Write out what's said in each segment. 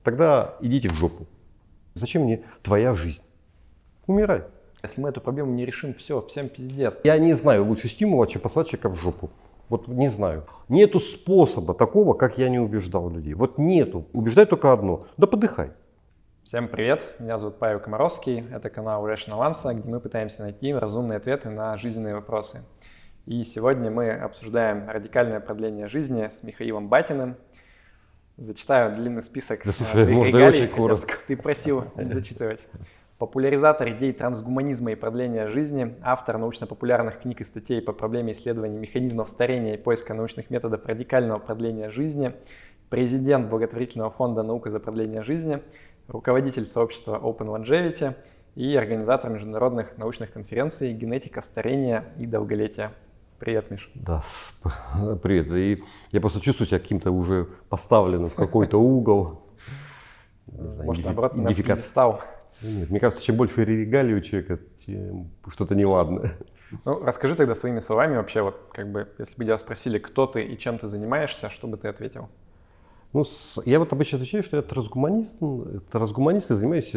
Тогда идите в жопу. Зачем мне твоя жизнь? Умирай. Если мы эту проблему не решим, все, всем пиздец. Я не знаю лучше стимула, чем послать человека в жопу. Вот не знаю. Нету способа такого, как я не убеждал людей. Вот нету. Убеждай только одно. Да подыхай. Всем привет, меня зовут Павел Комаровский, это канал Rational Answer, где мы пытаемся найти разумные ответы на жизненные вопросы. И сегодня мы обсуждаем радикальное продление жизни с Михаилом Батиным. Зачитаю длинный список регалий, очень коротко. Ты просил не зачитывать. Популяризатор идей трансгуманизма и продления жизни, автор научно-популярных книг и статей по проблеме исследования механизмов старения и поиска научных методов радикального продления жизни, президент благотворительного фонда «Наука за продление жизни», руководитель сообщества Open Longevity и организатор международных научных конференций «Генетика старения и долголетия». Привет, Миш. Да, привет. И я просто чувствую себя каким-то уже поставленным в какой-то угол. Может, наоборот, на пьедестал. Нет, мне кажется, чем больше регалий у человека, тем что-то неладное. Ну, расскажи тогда своими словами вообще, вот как бы, если бы тебя спросили, кто ты и чем ты занимаешься, что бы ты ответил? Ну, я вот обычно отвечаю, что я трансгуманист и занимаюсь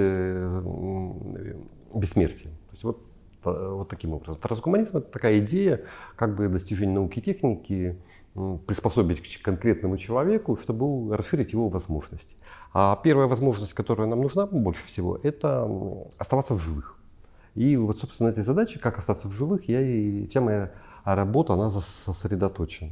бессмертием. То есть вот таким образом. Трансгуманизм — это такая идея, как бы достижения науки и техники приспособить к конкретному человеку, чтобы расширить его возможности. А первая возможность, которая нам нужна больше всего, это оставаться в живых. И вот, собственно, этой задачей, как остаться в живых, вся моя работа, она сосредоточена.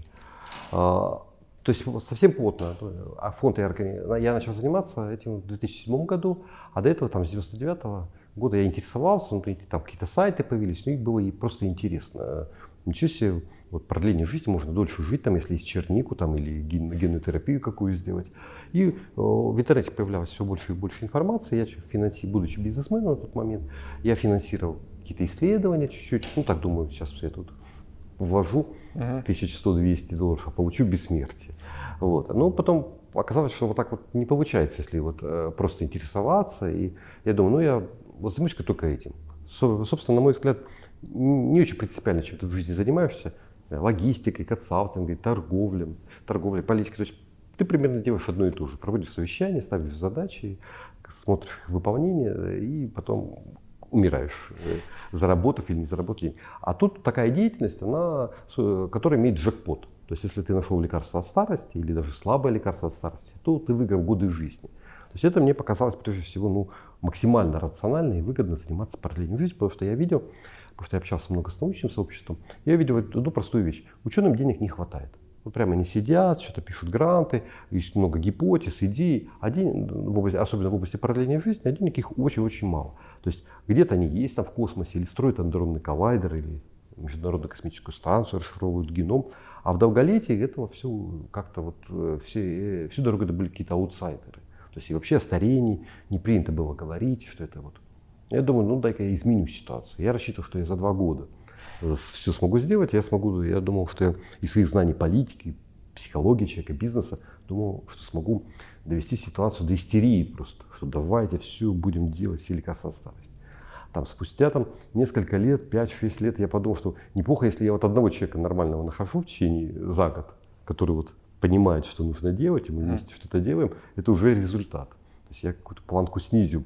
То есть совсем плотно. А фонд я начал заниматься этим в 2007 году, а до этого, там, с 1999 года я интересовался, там какие-то сайты появились, и было просто интересно. Ничего себе, вот продление жизни, можно дольше жить, там, если есть чернику там, или генную терапию какую сделать. И в интернете появлялось все больше и больше информации. Я, будучи бизнесменом на тот момент, я финансировал какие-то исследования чуть-чуть. Ну так думаю, сейчас я тут вложу $1100-200, а получу бессмертие. Вот. Но потом оказалось, что вот так вот не получается, если вот просто интересоваться. И я думаю, я займусь-ка только этим. Собственно, на мой взгляд, не очень принципиально, чем ты в жизни занимаешься. Логистикой, консалтингом, торговлей, политикой. То есть ты примерно делаешь одно и то же. Проводишь совещания, ставишь задачи, смотришь их выполнение и потом умираешь, заработав или не заработав. А тут такая деятельность, которая имеет джекпот. То есть если ты нашел лекарство от старости или даже слабое лекарство от старости, то ты выиграл годы жизни. То есть это мне показалось прежде всего максимально рационально и выгодно заниматься продлением жизни, потому что я общался много с научным сообществом, я видел одну простую вещь. Ученым денег не хватает. Вот прямо они сидят, что-то пишут гранты, есть много гипотез, идей, особенно в области продления жизни, а денег их очень-очень мало. То есть где-то они есть там в космосе, или строят андронный коллайдер, или Международную космическую станцию, расшифровывают геном. А в долголетии этого все как-то всю дорогу это были какие-то аутсайдеры. То есть и вообще о старении не принято было говорить, что это вот. Я думаю, дай-ка я изменю ситуацию. Я рассчитывал, что я за 2 года все смогу сделать. Я думал, что я из своих знаний политики, психологии человека, бизнеса, думал, что смогу довести ситуацию до истерии просто, что давайте все будем делать, все лекарства от старости. Спустя несколько лет, 5-6 лет, я подумал, что неплохо, если я вот одного человека нормального нахожу в течение за год, который вот понимает, что нужно делать, и мы вместе что-то делаем, это уже результат. То есть я какую-то планку снизил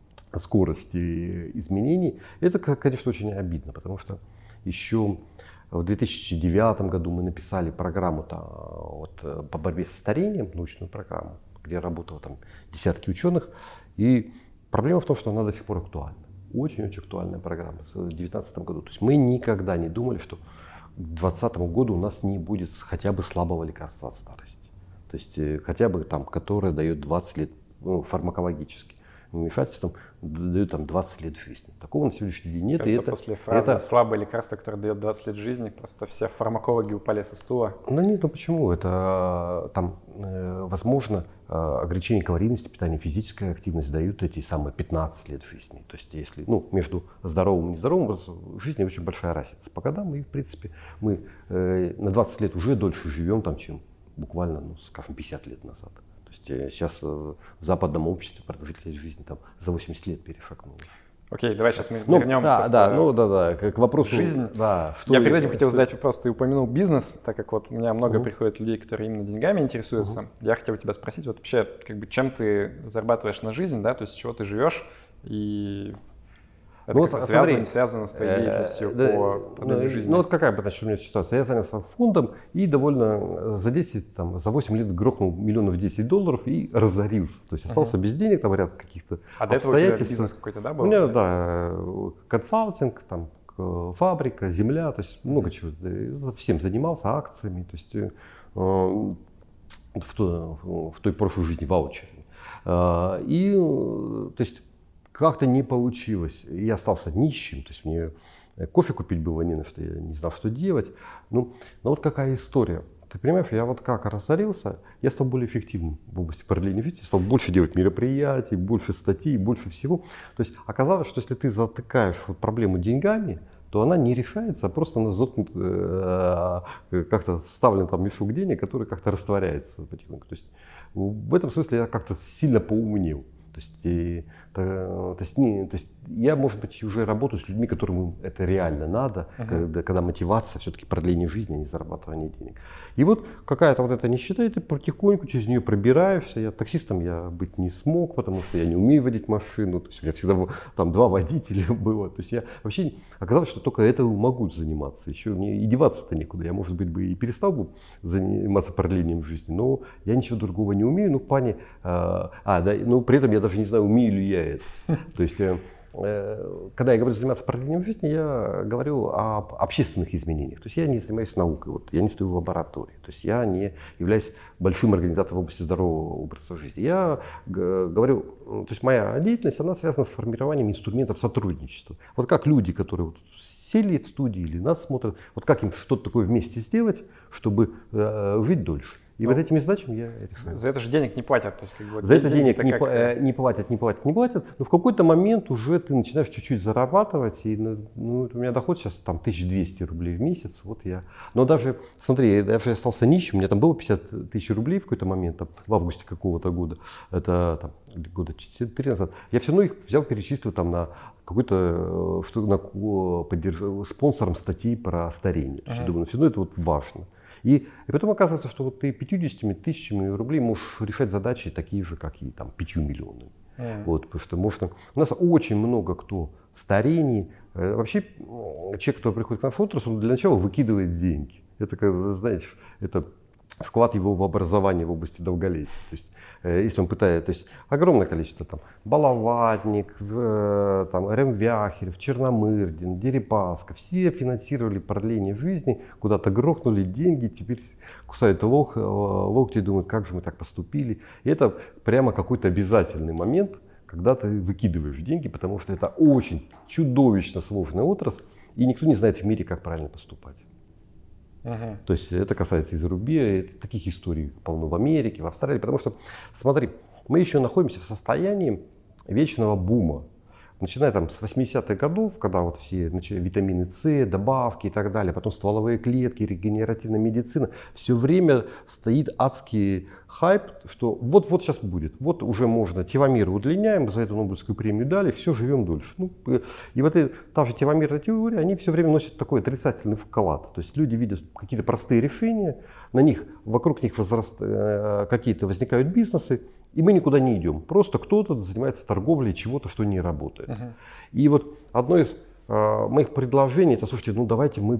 скорости изменений. Это, конечно, очень обидно, потому что еще в 2009 году мы написали программу по борьбе со старением, научную программу, где работало десятки ученых. И проблема в том, что она до сих пор актуальна. Очень-очень актуальная программа в 2019 году. То есть мы никогда не думали, что к 2020 году у нас не будет хотя бы слабого лекарства от старости. То есть хотя бы которое дает 20 лет фармакологически. Вмешательством дают 20 лет жизни. Такого на сегодняшний день нет. Кажется, после фразы «слабое лекарство, которое дает 20 лет жизни», просто все фармакологи упали со стула. Нет, почему? Это возможно, ограничение калорийности питания, физическая активность дают эти самые 15 лет жизни. То есть если между здоровым и нездоровым жизни очень большая разница по годам. И в принципе мы на 20 лет уже дольше живем, чем буквально, 50 лет назад. То есть сейчас в западном обществе продолжительность жизни за 80 лет перешагнула. Окей, давай сейчас мы вернем к вопросу. Жизнь. Да, я перед этим хотел задать вопрос. Ты упомянул бизнес, так как вот у меня много приходит людей, которые именно деньгами интересуются. Я хотел бы тебя спросить, вот вообще, как бы, чем ты зарабатываешь на жизнь, да, то есть с чего ты живешь, и это как-то связано, не связано с твоей деятельностью по продлению жизни? Ну вот какая бы, значит, у меня ситуация. Я занялся фондом и довольно за 8 лет грохнул $10 10 и разорился. То есть остался без денег, там ряд каких-то до этого у тебя бизнес какой-то, да, был? У меня, да, консалтинг, там, фабрика, земля, то есть много чего. Всем занимался, акциями, то есть в той прошлой жизни ваучерами. И, то есть, как-то не получилось. Я остался нищим, то есть мне кофе купить было не на что, я не знал, что делать. Ну вот какая история. Ты понимаешь, я вот как разорился, я стал более эффективным в области продления жизни, стал больше делать мероприятий, больше статей, больше всего. То есть оказалось, что если ты затыкаешь вот проблему деньгами, то она не решается, а просто она как-то вставлен там мешок денег, который как-то растворяется потихоньку. То есть в этом смысле я как-то сильно поумнел. То есть я, может быть, уже работаю с людьми, которым это реально надо, когда мотивация все-таки продление жизни, а не зарабатывание денег. И вот какая-то вот эта нищета, и ты потихоньку через нее пробираешься. Таксистом я быть не смог, потому что я не умею водить машину. То есть у меня всегда было, там 2 водителя было. То есть я вообще оказалось, что только это могу заниматься. Еще мне и деваться-то некуда. Я, может быть, бы и перестал бы заниматься продлением жизни, но я ничего другого не умею. Ну, в плане, при этом я даже не знаю, умею ли я это. То есть, когда я говорю заниматься продлением жизни, я говорю об общественных изменениях. То есть я не занимаюсь наукой, я не стою в лаборатории, то есть я не являюсь большим организатором в области здорового образа жизни. Я говорю, то есть моя деятельность, она связана с формированием инструментов сотрудничества. Вот как люди, которые сели в студии или нас смотрят, вот как им что-то такое вместе сделать, чтобы жить дольше. И вот этими задачами я решаю. За это же денег не платят. То есть, как бы, за это денег не платят. Но в какой-то момент уже ты начинаешь чуть-чуть зарабатывать. И у меня доход сейчас там 1200 рублей в месяц. Но даже, смотри, я остался нищим. У меня там было 50 000 рублей в какой-то момент, там, в августе какого-то года. Это там, года 4 назад. Я все равно их взял, перечислил там на какой-то, спонсором статьи про старение. То есть, я думаю, все равно это вот важно. И потом оказывается, что вот ты 50 000 рублей можешь решать задачи такие же, как и там 5 миллионами. Потому что у нас очень много кто в старении. Вообще человек, который приходит к нам в отрасль, он для начала выкидывает деньги. Это, знаешь, это вклад его в образование в области долголетия. То есть, если он пытается, то есть огромное количество там Балаватник, Ремвяхерев, Черномырдин, Дерипаска, все финансировали продление жизни, куда-то грохнули деньги, теперь кусают локти и думают, как же мы так поступили. И это прямо какой-то обязательный момент, когда ты выкидываешь деньги, потому что это очень чудовищно сложная отрасль, и никто не знает в мире, как правильно поступать. То есть это касается и зарубежья, таких историй полно в Америке, в Австралии, потому что, смотри, мы еще находимся в состоянии вечного бума. Начиная там с 80-х годов, когда вот все витамины С, добавки и так далее, потом стволовые клетки, регенеративная медицина, все время стоит адский хайп, что вот сейчас будет, вот уже можно, теломеры удлиняем, за эту Нобелевскую премию дали, все, живем дольше. И вот та же теломерная теория, они все время носят такой отрицательный вклад. То есть люди видят какие-то простые решения, вокруг них какие-то возникают бизнесы, и мы никуда не идем. Просто кто-то занимается торговлей чего-то, что не работает. И вот одно из моих предложений, это, слушайте, давайте мы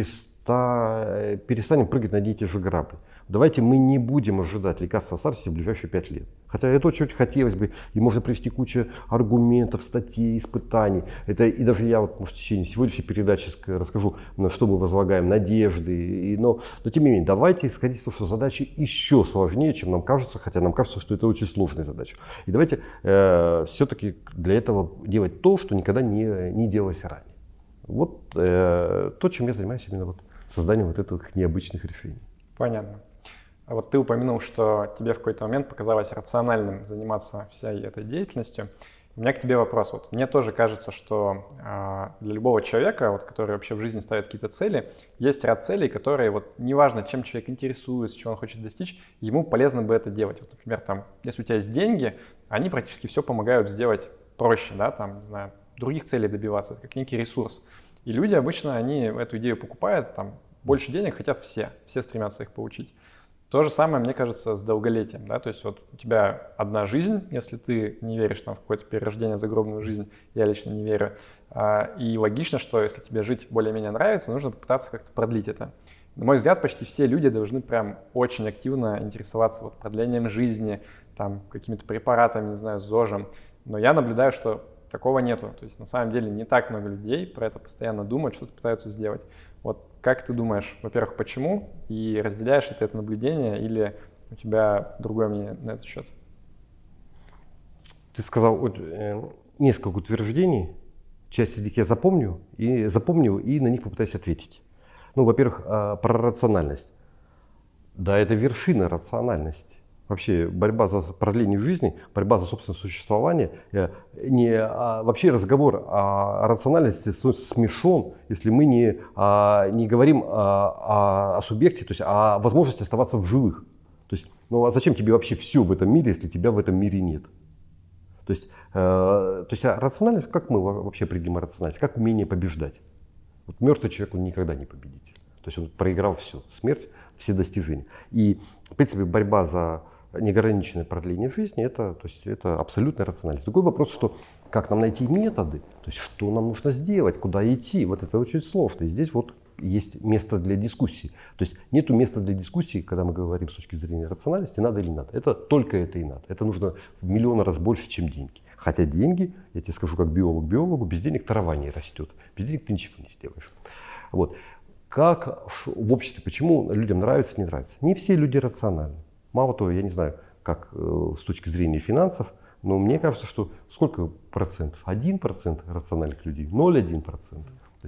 перестанем прыгать на одни и те же грабли. Давайте мы не будем ожидать лекарства от старости в ближайшие 5 лет. Хотя это очень хотелось бы, и можно привести кучу аргументов, статей, испытаний. И даже я в течение сегодняшней передачи расскажу, на что мы возлагаем надежды. Но тем не менее, давайте исходить из того, что задачи еще сложнее, чем нам кажется, хотя нам кажется, что это очень сложная задача. И давайте все-таки для этого делать то, что никогда не делалось ранее. Вот то, чем я занимаюсь, именно созданием этих необычных решений. Понятно. А вот ты упомянул, что тебе в какой-то момент показалось рациональным заниматься всей этой деятельностью. У меня к тебе вопрос. Вот мне тоже кажется, что для любого человека, который вообще в жизни ставит какие-то цели, есть ряд целей, которые неважно, чем человек интересуется, чего он хочет достичь, ему полезно бы это делать. Например, если у тебя есть деньги, они практически все помогают сделать проще, не знаю, других целей добиваться, это как некий ресурс. И люди обычно, они эту идею покупают, там, больше денег хотят все стремятся их получить. То же самое, мне кажется, с долголетием, да, то есть вот у тебя одна жизнь, если ты не веришь там, в какое-то перерождение, загробную жизнь, я лично не верю, и логично, что если тебе жить более-менее нравится, нужно попытаться как-то продлить это. На мой взгляд, почти все люди должны прям очень активно интересоваться вот продлением жизни, там, какими-то препаратами, не знаю, ЗОЖем, но я наблюдаю, что такого нету, то есть на самом деле не так много людей про это постоянно думают, что-то пытаются сделать. Вот как ты думаешь, во-первых, почему? И разделяешь ли ты это наблюдение или у тебя другое мнение на этот счет? Ты сказал несколько утверждений, часть из них я запомнил и на них попытаюсь ответить. Ну, во-первых, про рациональность. Да, это вершина рациональности. Вообще борьба за продление жизни, борьба за собственное существование, вообще разговор о рациональности становится смешон, если мы не говорим о субъекте, то есть о возможности оставаться в живых. То есть, ну а зачем тебе вообще все в этом мире, если тебя в этом мире нет? То есть рациональность, как мы вообще определим рациональность, как умение побеждать? Вот мертвый человек, он никогда не победитель. То есть он проиграл все, смерть, все достижения. И, в принципе, борьба за неограниченное продление жизни, это абсолютная рациональность. Другой вопрос, что как нам найти методы, то есть что нам нужно сделать, куда идти, вот это очень сложно. И здесь вот есть место для дискуссии. То есть нету места для дискуссии, когда мы говорим с точки зрения рациональности, надо или не надо. Это только это и надо. Это нужно в миллион раз больше, чем деньги. Хотя деньги, я тебе скажу как биолог биологу, без денег трава не растет. Без денег ты ничего не сделаешь. Вот. Как в обществе, почему людям нравится, не нравится? Не все люди рациональны. Мало того, я не знаю, как с точки зрения финансов, но мне кажется, что сколько процентов? 1% рациональных людей, 0,1%.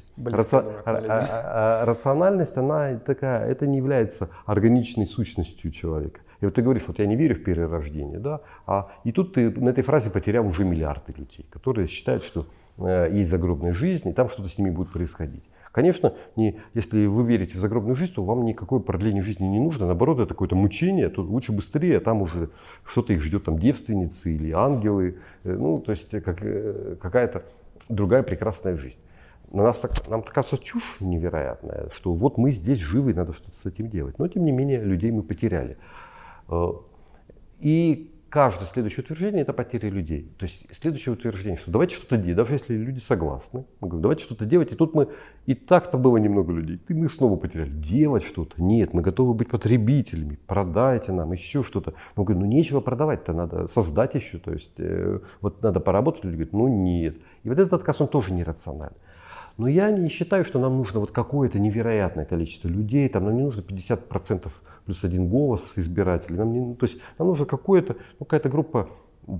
Рациональность, она такая, это не является органичной сущностью человека. И вот ты говоришь, вот я не верю в перерождение, да, и тут ты на этой фразе потерял уже миллиарды людей, которые считают, что есть загробная жизнь, и там что-то с ними будет происходить. Конечно, если вы верите в загробную жизнь, то вам никакое продление жизни не нужно. Наоборот, это какое-то мучение, то лучше быстрее, а там уже что-то их ждет, там девственницы или ангелы, ну, то есть какая-то другая прекрасная жизнь. Нам так кажется чушь невероятная, что вот мы здесь живы, надо что-то с этим делать. Но тем не менее, людей мы потеряли. И каждое следующее утверждение – это потеря людей. То есть следующее утверждение, что давайте что-то делать, даже если люди согласны. Мы говорим, давайте что-то делать. И тут и так-то было немного людей, и мы снова потеряли. Делать что-то? Нет, мы готовы быть потребителями. Продайте нам еще что-то. Мы говорим, нечего продавать-то, надо создать еще. То есть вот надо поработать. Люди говорят, нет. И вот этот отказ, он тоже нерациональный. Но я не считаю, что нам нужно вот какое-то невероятное количество людей, нам не нужно 50% плюс один голос избирателей, то есть нам нужно какая-то группа,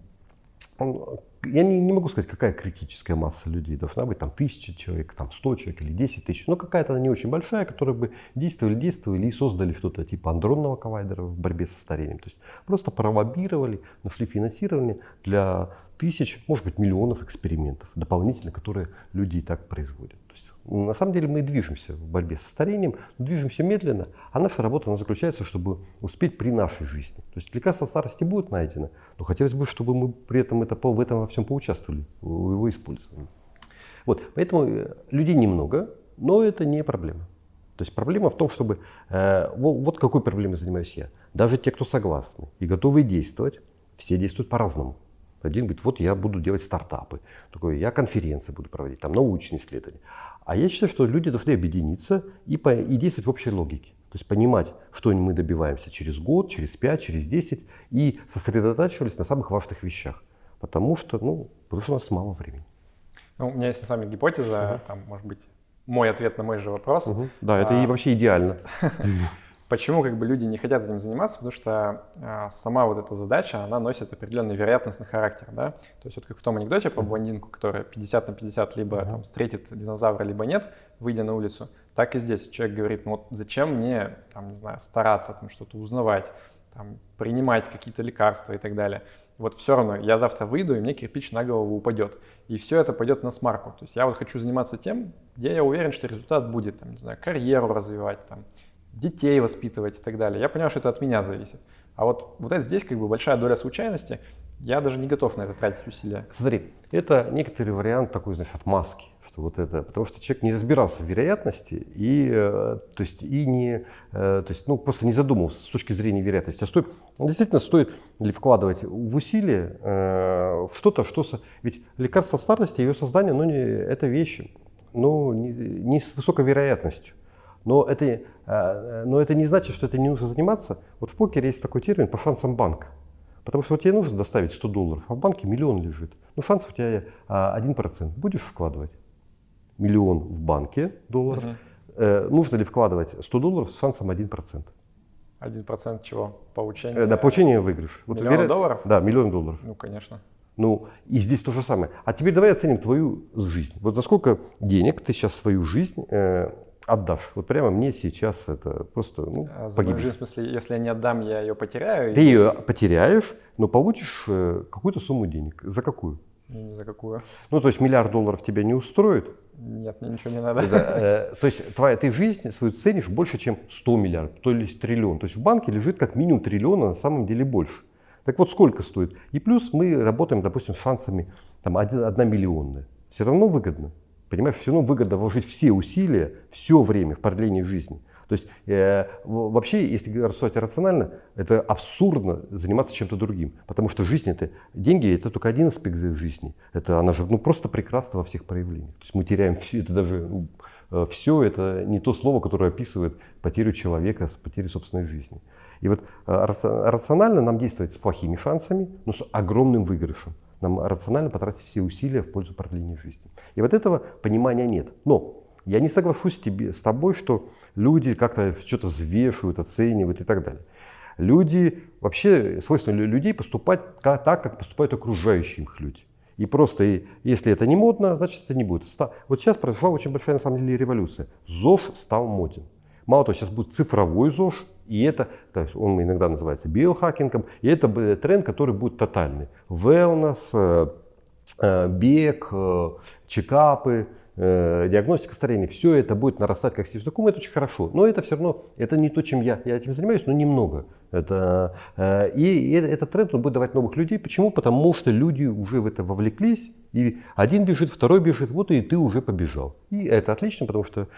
я не могу сказать, какая критическая масса людей должна быть, 1000 человек, 100 человек или 10 тысяч, но какая-то она не очень большая, которая бы действовали и создали что-то типа андронного коллайдера в борьбе со старением. То есть просто пролоббировали, нашли финансирование для тысяч, может быть, миллионов экспериментов дополнительно, которые люди и так производят. То есть, на самом деле мы движемся в борьбе со старением, движемся медленно, а наша работа заключается, чтобы успеть при нашей жизни. То есть лекарство старости будет найдено, но хотелось бы, чтобы мы при этом в этом во всем поучаствовали, в его использовании. Вот, поэтому людей немного, но это не проблема. То есть проблема в том, чтобы... Вот какой проблемой занимаюсь я. Даже те, кто согласны и готовы действовать, все действуют по-разному. Один говорит, вот я буду делать стартапы, другой, я конференции буду проводить, научные исследования. А я считаю, что люди должны объединиться и действовать в общей логике. То есть понимать, что мы добиваемся через год, через 5, через 10, и сосредотачивались на самых важных вещах. Потому что у нас мало времени. У меня есть на самом деле гипотеза, может быть, мой ответ на мой же вопрос. Да, это и вообще идеально. Почему люди не хотят этим заниматься? Потому что сама вот эта задача, она носит определенный вероятностный характер. Да? То есть вот как в том анекдоте про блондинку, которая 50/50 либо встретит динозавра, либо нет, выйдя на улицу, так и здесь человек говорит, зачем мне стараться, что-то узнавать, принимать какие-то лекарства и так далее. Вот все равно я завтра выйду, и мне кирпич на голову упадет. И все это пойдет на смарку. То есть я хочу заниматься тем, где я уверен, что результат будет, карьеру развивать, детей воспитывать и так далее. Я понимаю, что это от меня зависит. А вот это здесь большая доля случайности. Я даже не готов на это тратить усилия. Смотри, это некоторый вариант такой, знаешь, отмазки, что вот это, потому что человек не разбирался в вероятности и, то есть, и не, то есть, ну, просто не задумывался с точки зрения вероятности. Действительно стоит ли вкладывать в усилия в что-то, ведь лекарство старости, ее создание, ну, это вещи, ну, не с высокой вероятностью. Но это не значит, что это не нужно заниматься. Вот в покере есть такой термин по шансам банка. Потому что вот тебе нужно доставить $100, а в банке миллион лежит. Ну, шанс у тебя 1%. Будешь вкладывать миллион в банке долларов? Нужно ли вкладывать $100 с шансом 1%? 1% чего? Получение? Да, получение выигрыша. Миллион долларов? Да, $1 000 000. Ну, конечно. Ну, и здесь то же самое. А теперь давай оценим твою жизнь. Вот насколько денег ты сейчас свою жизнь отдашь. Вот прямо мне сейчас это просто погибнешь. Жизнь, в смысле, если я не отдам, я ее потеряю? Ты ее потеряешь, но получишь какую-то сумму денег. За какую? За какую? Ну, то есть $1 миллиард тебя не устроит? Нет, мне ничего не надо. То есть ты жизнь свою ценишь больше, чем 100 миллиардов, то есть триллион. То есть в банке лежит как минимум триллиона, на самом деле больше. Так вот, сколько стоит? И плюс мы работаем, допустим, с шансами 1 миллионная. Все равно выгодно. Понимаешь, все равно выгодно вложить все усилия, все время в продление жизни. То есть вообще, если рассуждать рационально, это абсурдно заниматься чем-то другим. Потому что жизнь, деньги это только один аспект жизни. Она же просто прекрасна во всех проявлениях. То есть мы теряем все, это даже все, это не то слово, которое описывает потерю человека, потерю собственной жизни. И вот рационально нам действовать с плохими шансами, но с огромным выигрышем. Нам рационально потратить все усилия в пользу продления жизни. И вот этого понимания нет. Но я не соглашусь с тобой, что люди как-то что-то взвешивают, оценивают и так далее. Свойственно людей поступать так, как поступают окружающие их люди. И просто, если это не модно, значит это не будет. Вот сейчас произошла очень большая на самом деле революция. ЗОЖ стал моден. Мало того, сейчас будет цифровой ЗОЖ, и это, то есть он иногда называется биохакингом, и это тренд, который будет тотальный. Wellness, бег, чекапы, диагностика старения, все это будет нарастать как снежный ком, это очень хорошо. Но это все равно, это не то, чем я этим занимаюсь, но немного. И этот тренд он будет давать новых людей. Почему? Потому что люди уже в это вовлеклись, и один бежит, второй бежит, вот и ты уже побежал. И это отлично, потому что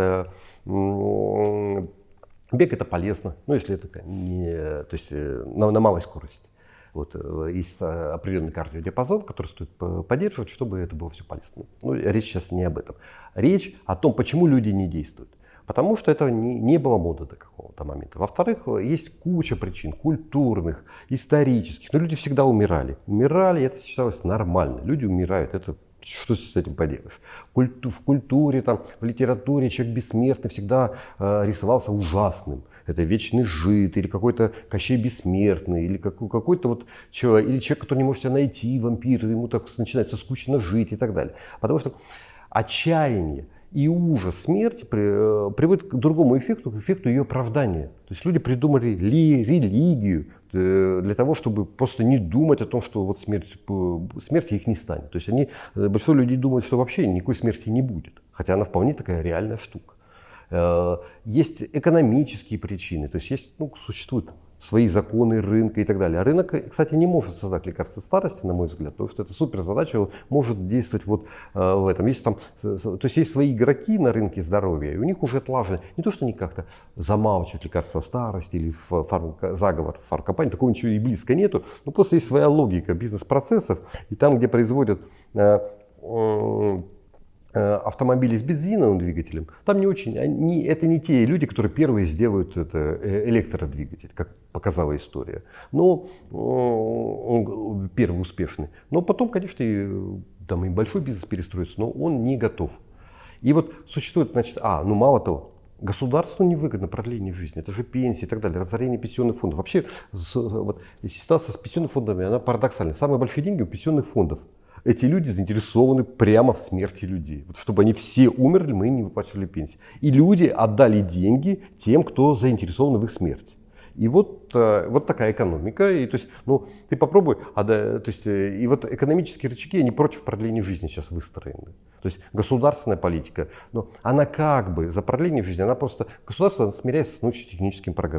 бег это полезно, если это то есть на малой скорости. Вот, есть определенный кардиодиапазон, который стоит поддерживать, чтобы это было все полезно. Но речь сейчас не об этом. Речь о том, почему люди не действуют. Потому что это не было моды до какого-то момента. Во-вторых, есть куча причин культурных, исторических. Но люди всегда умирали. Умирали, и это считалось нормально. Люди умирают, это что с этим поделаешь? В культуре, в литературе человек бессмертный всегда рисовался ужасным. Это вечный жид, или какой-то Кощей Бессмертный, или какой-то вот человек, или человек, который не может себя найти, вампир, ему так начинается скучно жить и так далее. Потому что отчаяние и ужас смерти приводит к другому эффекту, к эффекту ее оправдания. То есть люди придумали религию для того, чтобы просто не думать о том, что вот смерти их не станет. То есть большинство людей думают, что вообще никакой смерти не будет, хотя она вполне такая реальная штука. Есть экономические причины, то есть существуют свои законы рынка и так далее. А рынок, кстати, не может создать лекарства старости, на мой взгляд, потому что это супер задача, он может действовать вот в этом. То есть есть свои игроки на рынке здоровья, и у них уже отлажено. Не то, что они как-то замалчивают лекарства старости или заговор фармкомпании, такого ничего и близко нету, но просто есть своя логика бизнес-процессов, и там, где производят автомобили с бензиновым двигателем, там это не те люди, которые первые сделают электродвигатель, как показала история. Но он первый успешный. Но потом, конечно, и большой бизнес перестроится, но он не готов. И вот существует, мало того, государству невыгодно продление жизни, это же пенсии и так далее, разорение пенсионных фондов. Вообще ситуация с пенсионными фондами, она парадоксальная. Самые большие деньги у пенсионных фондов. Эти люди заинтересованы прямо в смерти людей. Вот, чтобы они все умерли, мы не выплачивали пенсии. И люди отдали деньги тем, кто заинтересован в их смерти. И вот такая экономика. И, то есть, ты попробуй, и вот экономические рычаги, они против продления жизни сейчас выстроены. То есть государственная политика, она как бы за продление жизни, государство смиряется с научно-техническим прогрессом.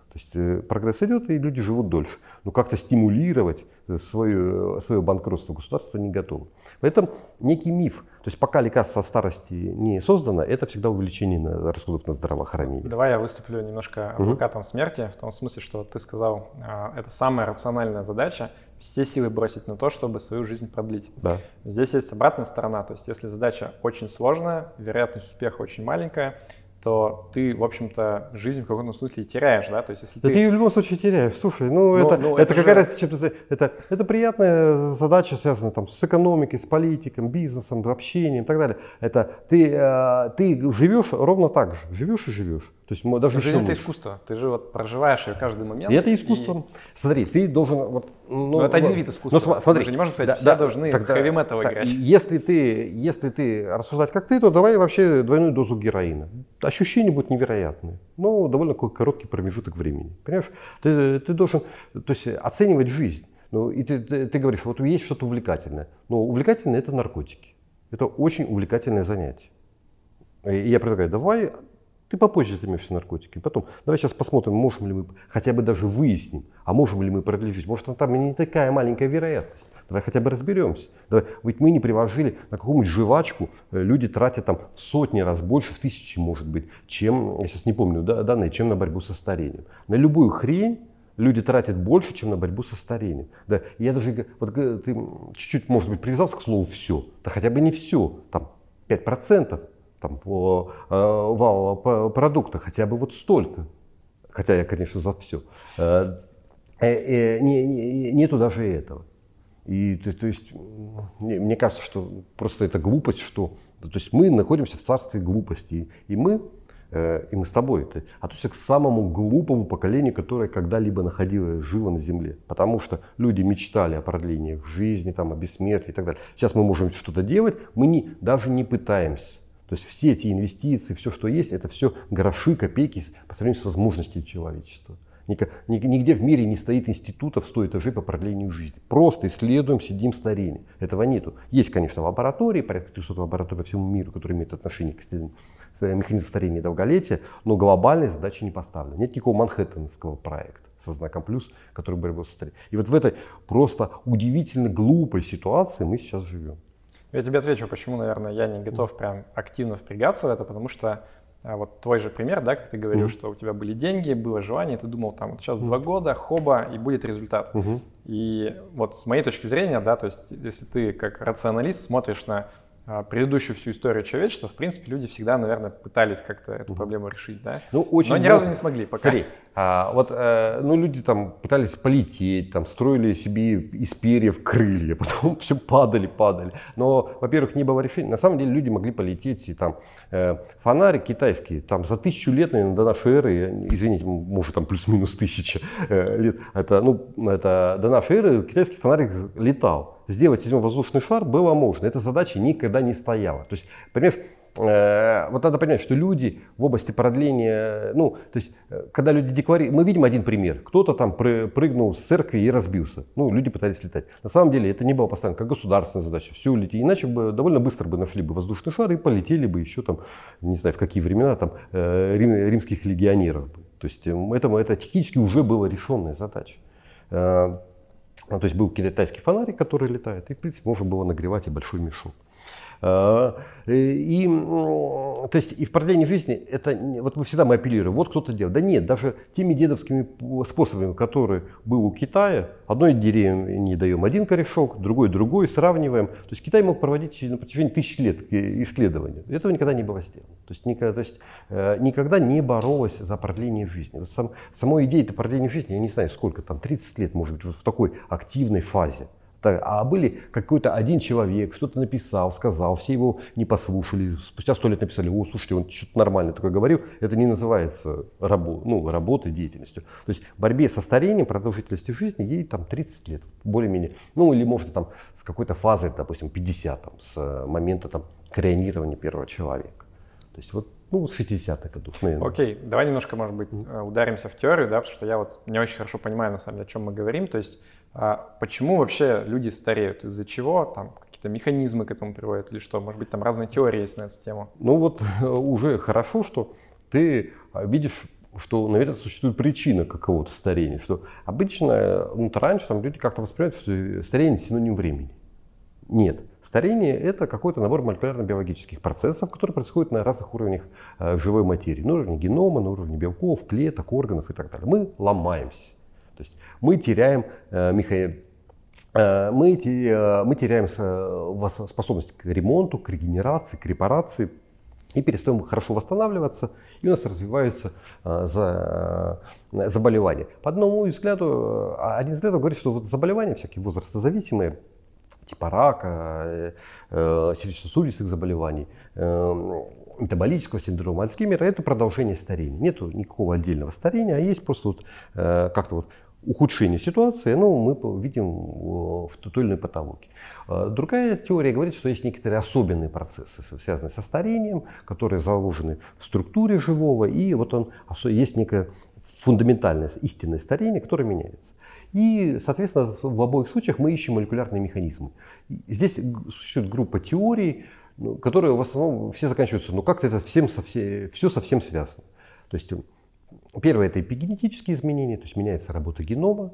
То есть прогресс идет, и люди живут дольше. Но как-то стимулировать свое банкротство государство не готово. Поэтому некий миф. То есть пока лекарство от старости не создано, это всегда увеличение расходов на здравоохранение. Давай я выступлю немножко адвокатом смерти, в том смысле, что ты сказал, это самая рациональная задача, все силы бросить на то, чтобы свою жизнь продлить. Да. Здесь есть обратная сторона, то есть если задача очень сложная, вероятность успеха очень маленькая, то ты, в общем-то, жизнь в каком-то смысле теряешь, да? То есть, если ты ее в любом случае теряешь. Слушай, это какая разница, это приятная задача, связанная там с экономикой, с политикой, бизнесом, общением и так далее. Это ты живешь ровно так же, живешь и живешь. То есть даже жизнь — это искусство, ты же вот проживаешь ее каждый момент. И это искусство. Смотри, ты должен... это один вид искусства. Смотри, мы же не можем сказать, все должны хэви-метал играть. Если ты рассуждать как ты, то давай вообще двойную дозу героина. Ощущения будут невероятные. Но довольно короткий промежуток времени. Понимаешь? Ты должен оценивать жизнь. И ты говоришь, вот есть что-то увлекательное. Но увлекательное — это наркотики. Это очень увлекательное занятие. И я предлагаю, давай... Ты попозже займешься наркотиками. Потом, давай сейчас посмотрим, можем ли мы, хотя бы даже выясним, а можем ли мы продлить жизнь. Может, там не такая маленькая вероятность. Давай хотя бы разберемся. Ведь мы не приложили на какую-нибудь жвачку, люди тратят там в сотни раз больше, в тысячи, может быть, чем, я сейчас не помню данные, чем на борьбу со старением. На любую хрень люди тратят больше, чем на борьбу со старением. Да, я даже, вот ты чуть-чуть, может быть, привязался к слову «все», да хотя бы не все, там 5%. Там, по продукту, хотя бы вот столько. Хотя я, конечно, за все. Нету даже этого. И, то есть, мне кажется, что просто это глупость, что то есть мы находимся в царстве глупости. И мы с тобой относимся к самому глупому поколению, которое когда-либо жило на Земле. Потому что люди мечтали о продлении жизни, там, о бессмертии и так далее. Сейчас мы можем что-то делать, мы даже не пытаемся. То есть все эти инвестиции, все, что есть, это все гроши, копейки по сравнению с возможностями человечества. Нигде в мире не стоит институтов 100 этажей по продлению жизни. Просто исследуем, сидим, старение. Этого нету. Есть, конечно, лаборатории, порядка 300 лабораторий по всему миру, которые имеют отношение к исследованию механизма старения и долголетия, но глобальной задачи не поставлена. Нет никакого манхэттенского проекта со знаком плюс, который борется со старением. И вот в этой просто удивительно глупой ситуации мы сейчас живем. Я тебе отвечу, почему, наверное, я не готов прям активно впрягаться в это, потому что вот твой же пример, да, как ты говорил, что у тебя были деньги, было желание, ты думал, там, вот сейчас 2 года, хоба, и будет результат. И вот с моей точки зрения, да, то есть если ты как рационалист смотришь на предыдущую всю историю человечества, в принципе, люди всегда, наверное, пытались как-то эту проблему решить, да? Но ни разу не смогли пока. Смотри, люди там пытались полететь, там строили себе из перьев крылья, потом все падали. Но, во-первых, не было решения. На самом деле люди могли полететь, и там фонарик китайский, там за 1000 лет, наверное, до нашей эры, извините, может там плюс-минус 1000 лет, это до нашей эры китайский фонарик летал. Сделать из него воздушный шар было можно. Эта задача никогда не стояла. То есть, понимаешь, вот надо понять, что люди в области продления, то есть, когда люди декларируют, мы видим один пример. Кто-то там прыгнул с церкви и разбился. Люди пытались летать. На самом деле это не было поставлено как государственная задача. Все улетели. Иначе бы довольно быстро бы нашли бы воздушный шар и полетели бы еще там, не знаю, в какие времена, там, римских легионеров. То есть, это технически уже была решенная задача. То есть был китайский фонарик, который летает, и в принципе можно было нагревать и большой мешок. То есть и в продлении жизни это вот мы апеллируем, вот кто-то делает. Да нет, даже теми дедовскими способами, которые был у Китая, одной деревне даем один корешок, другой, сравниваем. То есть Китай мог проводить на протяжении 1000 лет исследования. Этого никогда не было сделано. То есть никогда не боролась за продление жизни. Вот самой идеей продления жизни, я не знаю сколько, там 30 лет, может быть, в такой активной фазе. А были какой-то один человек, что-то написал, сказал, все его не послушали. Спустя 100 лет написали, слушайте, он что-то нормально такое говорил. Это не называется работой, деятельностью. То есть в борьбе со старением, продолжительности жизни, ей там 30 лет, более-менее. Или может там с какой-то фазы, допустим, 50, там, с момента там крионирования первого человека. То есть с 60-х годов, наверное. Окей, давай немножко, может быть, ударимся в теорию, да, потому что я вот не очень хорошо понимаю, на самом деле, о чем мы говорим. То есть почему вообще люди стареют? Из-за чего? Там какие-то механизмы к этому приводят или что? Может быть, там разные теории есть на эту тему? Уже хорошо, что ты видишь что, наверное, существует причина какого-то старения. Что обычно, раньше люди как-то воспринимают, что старение синоним времени. Нет. Старение – это какой-то набор молекулярно-биологических процессов, которые происходят на разных уровнях живой материи. На уровне генома, на уровне белков, клеток, органов и так далее. Мы ломаемся. То есть мы теряем способность к ремонту, к регенерации, к репарации и перестаем хорошо восстанавливаться, и у нас развиваются заболевания. По одному взгляду, один взгляд говорит, что вот заболевания всякие возрастозависимые, типа рака, сердечно-сосудистых заболеваний, метаболического синдрома Альцгеймера, это продолжение старения. Нет никакого отдельного старения, а есть просто как-то ухудшение ситуации, мы видим в той или иной патологии. Другая теория говорит, что есть некоторые особенные процессы, связанные со старением, которые заложены в структуре живого, и есть некое фундаментальное истинное старение, которое меняется. И, соответственно, в обоих случаях мы ищем молекулярные механизмы. Здесь существует группа теорий, которые в основном все заканчиваются, как-то это все совсем связано. То есть первое – это эпигенетические изменения, то есть меняется работа генома.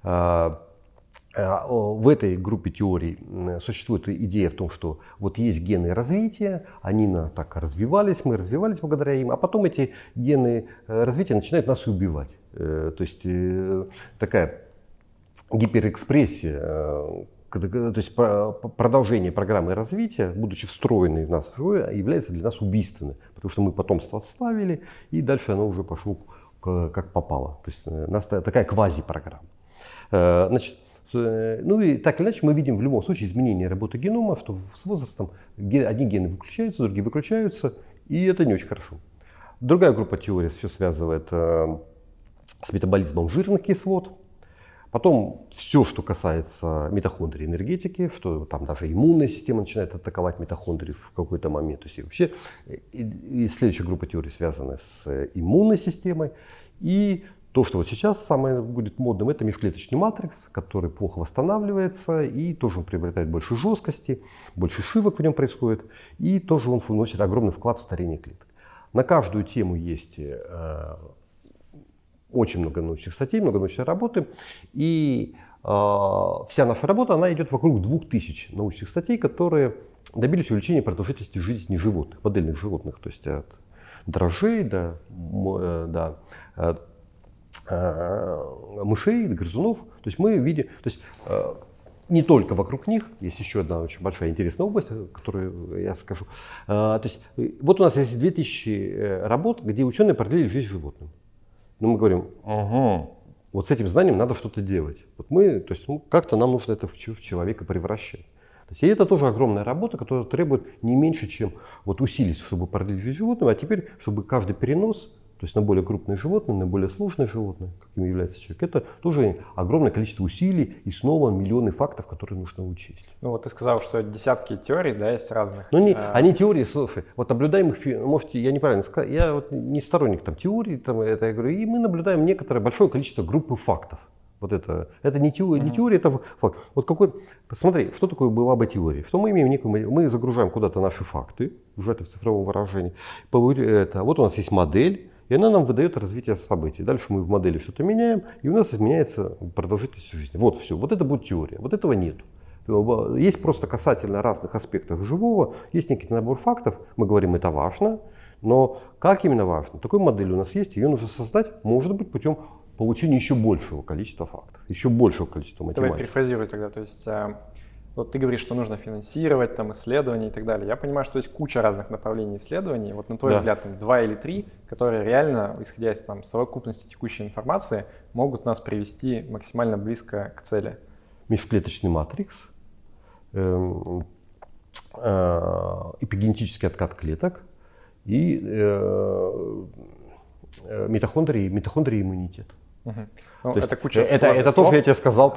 В этой группе теорий существует идея в том, что есть гены развития, они так развивались, мы развивались благодаря им, а потом эти гены развития начинают нас и убивать. То есть такая гиперэкспрессия, то есть продолжение программы развития, будучи встроенной в нас, является для нас убийственной, потому что мы потомство отставили, и дальше оно уже пошло как попало. То есть у нас такая квази-программа. Значит, и так или иначе мы видим в любом случае изменение работы генома, что с возрастом одни гены выключаются, другие выключаются, и это не очень хорошо. Другая группа теорий все связывает с метаболизмом жирных кислот. Потом все, что касается митохондрий энергетики, что там даже иммунная система начинает атаковать митохондрии в какой-то момент. То есть вообще и следующая группа теорий связана с иммунной системой. И то, что сейчас самое будет модным, это межклеточный матрикс, который плохо восстанавливается и тоже он приобретает больше жесткости, больше шивок в нем происходит. И тоже он вносит огромный вклад в старение клеток. На каждую тему есть очень много научных статей, много научной работы. И вся наша работа, она идет вокруг 2000 научных статей, которые добились увеличения продолжительности жизни животных, модельных животных. То есть от дрожжей до мышей, до грызунов. То есть мы видим, не только вокруг них, есть еще одна очень большая интересная область, которую я скажу. То есть вот у нас есть 2000 работ, где ученые продлили жизнь животным. Мы говорим, вот с этим знанием надо что-то делать. Как-то нам нужно это в человека превращать. И это тоже огромная работа, которая требует не меньше, чем усилий, чтобы продлить жизнь животного, а теперь, чтобы каждый перенос, то есть на более крупные животные, на более сложные животные, каким является человек, это тоже огромное количество усилий и снова миллионы фактов, которые нужно учесть. Ты сказал, что десятки теорий, есть разных. Они теории, слушай, наблюдаем их, можете, я неправильно сказал, я не сторонник теорий, это я говорю, и мы наблюдаем некоторое большое количество группы фактов. Это не теория, это факт. Посмотри, что такое была бы теория. Что мы имеем мы загружаем куда-то наши факты, сжатые в цифровом выражении. Вот у нас есть модель, и она нам выдает развитие событий. Дальше мы в модели что-то меняем, и у нас изменяется продолжительность жизни. Вот все. Вот это будет теория. Вот этого нет. Есть просто касательно разных аспектов живого, есть некий набор фактов, мы говорим, это важно, но как именно важно? Такой модель у нас есть, ее нужно создать, может быть, путем получения еще большего количества фактов, еще большего количества математики. Давай перефразируй тогда. То есть ты говоришь, что нужно финансировать исследования и так далее. Я понимаю, что есть куча разных направлений исследований. На твой взгляд, 2 или 3, которые реально, исходя из совокупности текущей информации, могут нас привести максимально близко к цели. Межклеточный матрикс, эпигенетический откат клеток и митохондрии и иммунитет. Это куча это то, что я тебе сказал.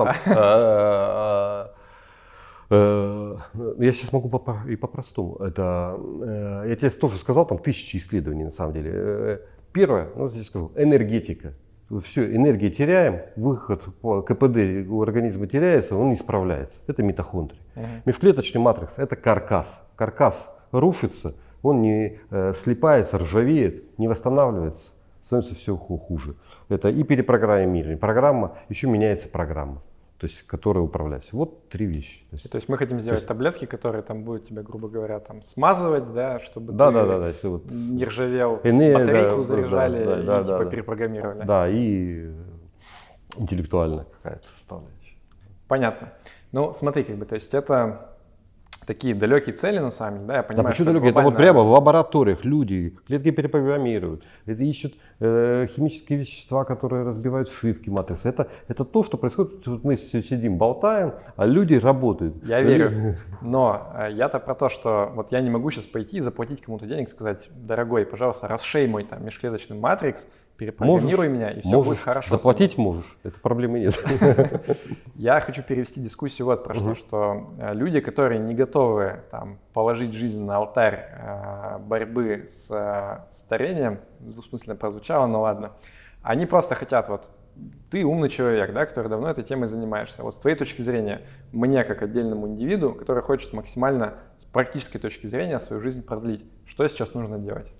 Я сейчас могу и по-простому. Я тебе тоже сказал, 1000 исследований на самом деле. Первое, я тебе скажу, энергетика. Все, энергию теряем, выход по КПД у организма теряется, он не справляется. Это митохондрии. Межклеточный матрикс – это каркас. Каркас рушится, он не слипается, ржавеет, не восстанавливается. становится все хуже. Это и перепрограммирование. Программа, еще меняется программа, то есть, которая управляется. Вот 3 вещи. То есть мы хотим сделать таблетки, которые там будут тебя, грубо говоря, там смазывать, да, чтобы ты не ржавел, батарейку заряжали и типа перепрограммировали. Да, и интеллектуальная какая-то составляющая. Понятно. Ну, смотри, то есть это такие далекие цели на самом деле, да, я понимаю, что далекие? Это вот прямо в лабораториях люди клетки перепрограммируют, это ищут химические вещества, которые разбивают шивки матрицы. Это то, что происходит, вот мы сидим, болтаем, а люди работают. Я верю, но я-то про то, что вот я не могу сейчас пойти и заплатить кому-то денег, сказать: дорогой, пожалуйста, расшей мой там межклеточный матрикс, перепрограммируй меня, и все будет хорошо. Заплатить можешь, это проблемы нет. Я хочу перевести дискуссию вот про что люди, которые не готовы там положить жизнь на алтарь борьбы с старением, двусмысленно прозвучало, но ладно, они просто хотят, вот ты умный человек, да, который давно этой темой занимаешься. Вот с твоей точки зрения, мне как отдельному индивиду, который хочет максимально с практической точки зрения свою жизнь продлить, что сейчас нужно делать?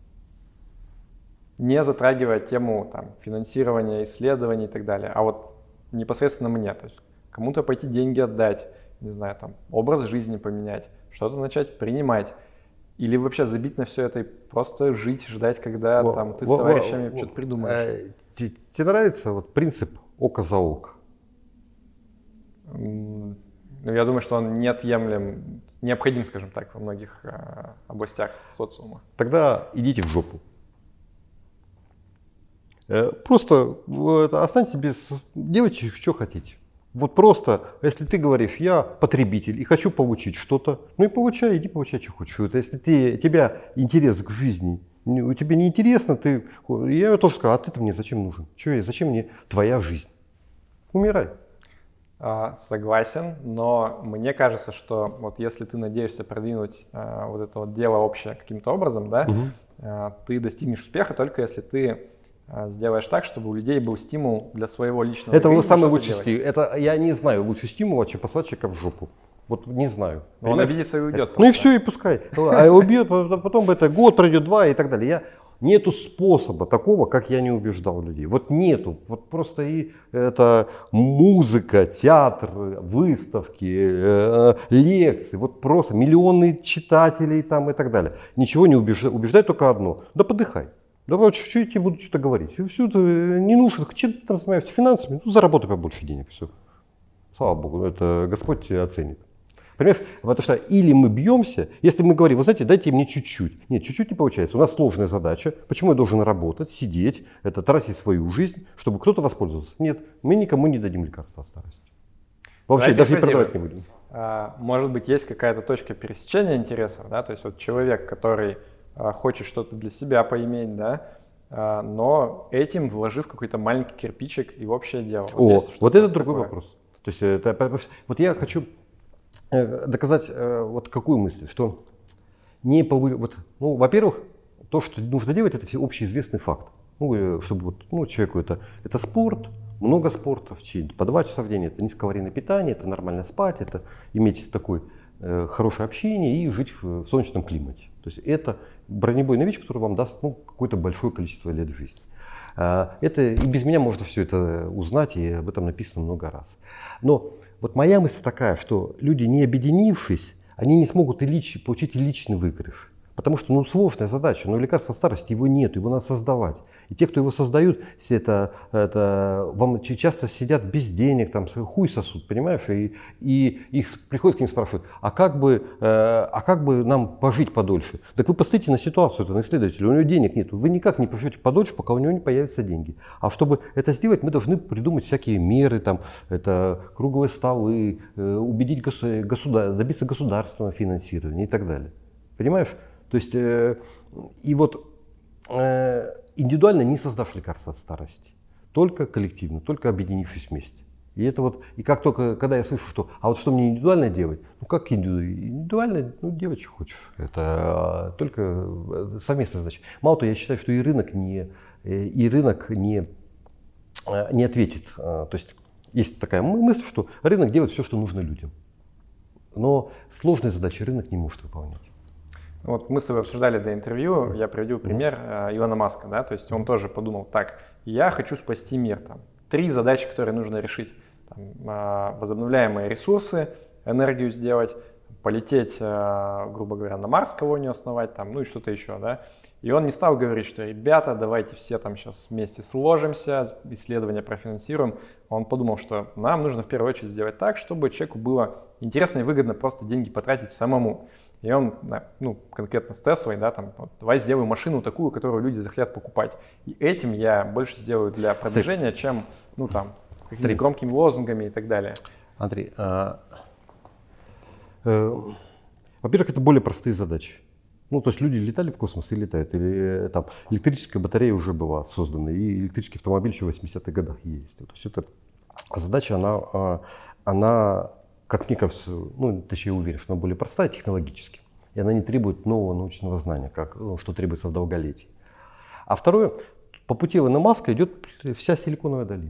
Не затрагивая тему там, финансирования, исследований и так далее, а вот непосредственно мне, то есть кому-то пойти деньги отдать, не знаю, там, образ жизни поменять, что-то начать принимать, или вообще забить на все это и просто жить, ждать, когда там, ты с товарищами что-то придумаешь. Тебе нравится вот принцип око за око? Ну, я думаю, что он необходим, скажем так, во многих областях социума. Тогда идите в жопу. Просто останьтесь без... Делайте, что хотите. Вот просто, если ты говоришь: я потребитель и хочу получить что-то, ну и получай, иди получай, что хочешь. Вот если тебя интерес к жизни, у тебя не интересно, я тоже сказал: а ты-то мне зачем нужен? Зачем мне твоя жизнь? Умирай. Согласен, но мне кажется, что вот если ты надеешься продвинуть вот это вот дело общее каким-то образом, да, ты достигнешь успеха только если ты сделаешь так, чтобы у людей был стимул для своего личного. Это самый лучший стимул. Это я не знаю лучше стимула, чем послать человека в жопу. Вот не знаю. Он обидится и уйдет. Ну и все, и пускай. А убьет, потом это год пройдет, 2 и так далее. Нету способа такого, как я не убеждал людей. Вот нету. Вот просто и это музыка, театр, выставки, лекции. Вот просто миллионы читателей там и так далее. Ничего не убеждает, только одно. Да подыхай. Да вот чуть-чуть я тебе буду что-то говорить. Все это не нужно. Чем ты там занимаешься финансами? Ну, заработай побольше денег. Все. Слава Богу, это Господь оценит. Понимаешь? Потому что или мы бьемся, если мы говорим: вы знаете, дайте мне чуть-чуть. Нет, чуть-чуть не получается. У нас сложная задача. Почему я должен работать, сидеть, тратить свою жизнь, чтобы кто-то воспользовался? Нет, мы никому не дадим лекарства от старости. Вообще, даже и продавать не будем. Может быть, есть какая-то точка пересечения интересов, да? То есть вот человек, который хочет что-то для себя поиметь, да, но этим вложив какой-то маленький кирпичик и в общее дело. Вот это другой вопрос. То есть вот я хочу доказать вот какую мысль, что во-первых, то, что нужно делать, это все общеизвестный факт. Чтобы человеку это спорт, много спорта, по 2 часа в день, это низкокалорийное питание, это нормально спать, это иметь такое хорошее общение и жить в солнечном климате. То есть это бронебойная вещь, которая вам даст какое-то большое количество лет жизни. Это и без меня можно все это узнать, и об этом написано много раз. Но вот моя мысль такая, что люди, не объединившись, они не смогут получить личный выигрыш. Потому что сложная задача, но лекарства старости его нет, его надо создавать. И те, кто его создают, вам часто сидят без денег, там хуй сосут, понимаешь? И их приходят к ним спрашивают: а как бы нам пожить подольше? Так вы посмотрите на ситуацию, на исследователя, у него денег нет. Вы никак не поживете подольше, пока у него не появятся деньги. А чтобы это сделать, мы должны придумать всякие меры, это круглые столы, убедить добиться государственного финансирования и так далее. Понимаешь? То есть, индивидуально не создашь лекарства от старости, только коллективно, только объединившись вместе. И как только, когда я слышу, что что мне индивидуально делать, как индивидуально, делай, что хочешь. Это только совместная задача. Мало того, я считаю, что и рынок не ответит. То есть такая мысль, что рынок делает все, что нужно людям. Но сложные задачи рынок не может выполнять. Вот мы с тобой обсуждали до интервью, я приведу пример Илона Маска, да, то есть он тоже подумал, так, я хочу спасти мир, там, 3 задачи, которые нужно решить, там, возобновляемые ресурсы, энергию сделать, полететь, грубо говоря, на Марс колонию основать, там, ну и что-то еще, да. И он не стал говорить, что, ребята, давайте все там сейчас вместе сложимся, исследования профинансируем. Он подумал, что нам нужно в первую очередь сделать так, чтобы человеку было интересно и выгодно просто деньги потратить самому. И он, ну, конкретно с Теслой, да, там, вот, давай сделаю машину такую, которую люди захотят покупать. И этим я больше сделаю для продвижения, чем, ну, там, какими-то громкими лозунгами и так далее. Андрей, во-первых, это более простые задачи. Ну, то есть люди летали в космос и летают. Или там электрическая батарея уже была создана, и электрический автомобиль еще в 80-х годах есть. То есть эта задача, она, как мне кажется, ну, точнее, я уверен, что она более простая технологически. И она не требует нового научного знания, как, ну, что требуется в долголетии. А второе, по пути Илона Маска идет вся Силиконовая долина.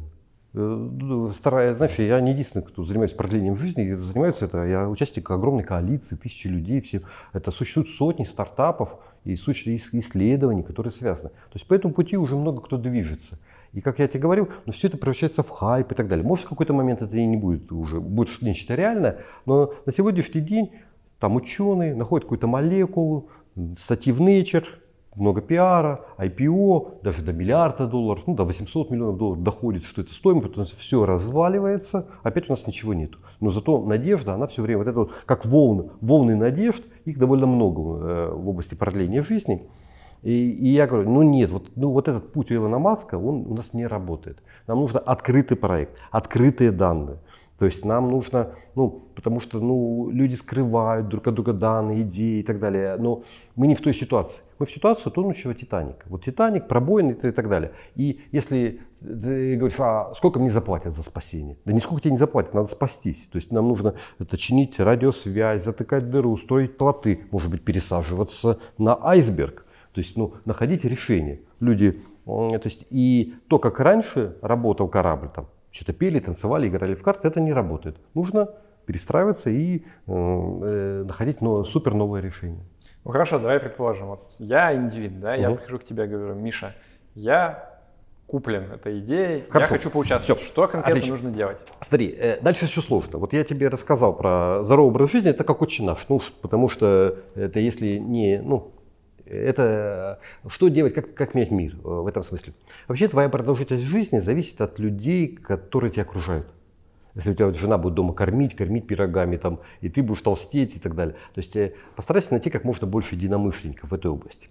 Знаешь, я не единственный, кто занимается продлением жизни. Занимаются это, я участник огромной коалиции, тысячи людей. Все, это существуют сотни стартапов и исследований, которые связаны. То есть по этому пути уже много кто движется. И как я тебе говорил, ну, все это превращается в хайп и так далее. Может, в какой-то момент это и не будет уже, будет нечто реальное, но на сегодняшний день там ученые находят какую-то молекулу, статьи в Nature, много пиара, IPO, даже до $1 миллиард, ну, до 800 миллионов долларов доходит, что это стоит, потому что все разваливается, опять у нас ничего нету. Но зато надежда, она все время, вот это вот, как волны надежд, их довольно много в области продления жизни. И я говорю, ну нет, вот этот путь у Илона Маска, он у нас не работает. Нам нужно открытый проект, открытые данные. То есть нам нужно, ну, потому что, ну, люди скрывают друг от друга данные, идеи и так далее. Но мы не в той ситуации. Мы в ситуации тонущего Титаника. Вот Титаник, пробоины и так далее. И если ты говоришь, а сколько мне заплатят за спасение? Да нисколько тебе не заплатят, надо спастись. То есть нам нужно это чинить радиосвязь, затыкать дыру, строить плоты, может быть, пересаживаться на айсберг. То есть, ну, находить решение. Люди, то есть, и то, как раньше работал корабль, там, что-то пели, танцевали, играли в карты, это не работает. Нужно перестраиваться и находить супер новое решение. Ну хорошо, давай предположим, вот я индивид, да, я прихожу к тебе и говорю, Миша, я куплен этой идеей, хорошо. Я хочу поучаствовать. Все. Что конкретно отлично. Нужно делать? Смотри, дальше все сложно. Вот я тебе рассказал про здоровый образ жизни, это как отче наш, ну, потому что это если не, ну, это что делать, как менять мир в этом смысле. Вообще твоя продолжительность жизни зависит от людей, которые тебя окружают. Если у тебя вот жена будет дома кормить пирогами, там, и ты будешь толстеть и так далее. То есть постарайся найти как можно больше единомышленников в этой области.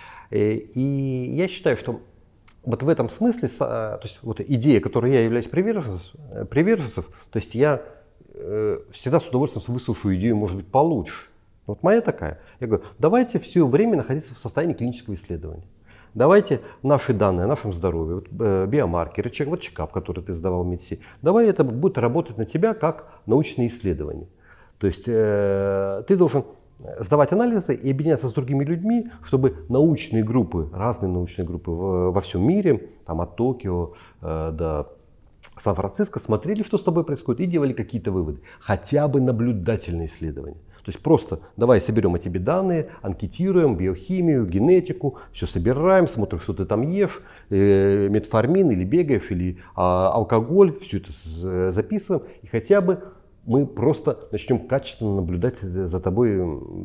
И я считаю, что вот в этом смысле, то есть вот идея, которой я являюсь приверженцем, то есть я всегда с удовольствием выслушаю идею, может быть, получше. Вот моя такая. Я говорю, давайте все время находиться в состоянии клинического исследования. Давайте наши данные о нашем здоровье, вот, биомаркеры, вот чекап, который ты сдавал в медицине, давай это будет работать на тебя как научные исследования. То есть ты должен сдавать анализы и объединяться с другими людьми, чтобы научные группы, разные научные группы во всем мире, там, от Токио до Сан-Франциско, смотрели, что с тобой происходит, и делали какие-то выводы. Хотя бы наблюдательные исследования. То есть просто давай соберем о тебе данные, анкетируем биохимию, генетику, все собираем, смотрим, что ты там ешь, метформин или бегаешь, или алкоголь, все это записываем. И хотя бы мы просто начнем качественно наблюдать за тобой,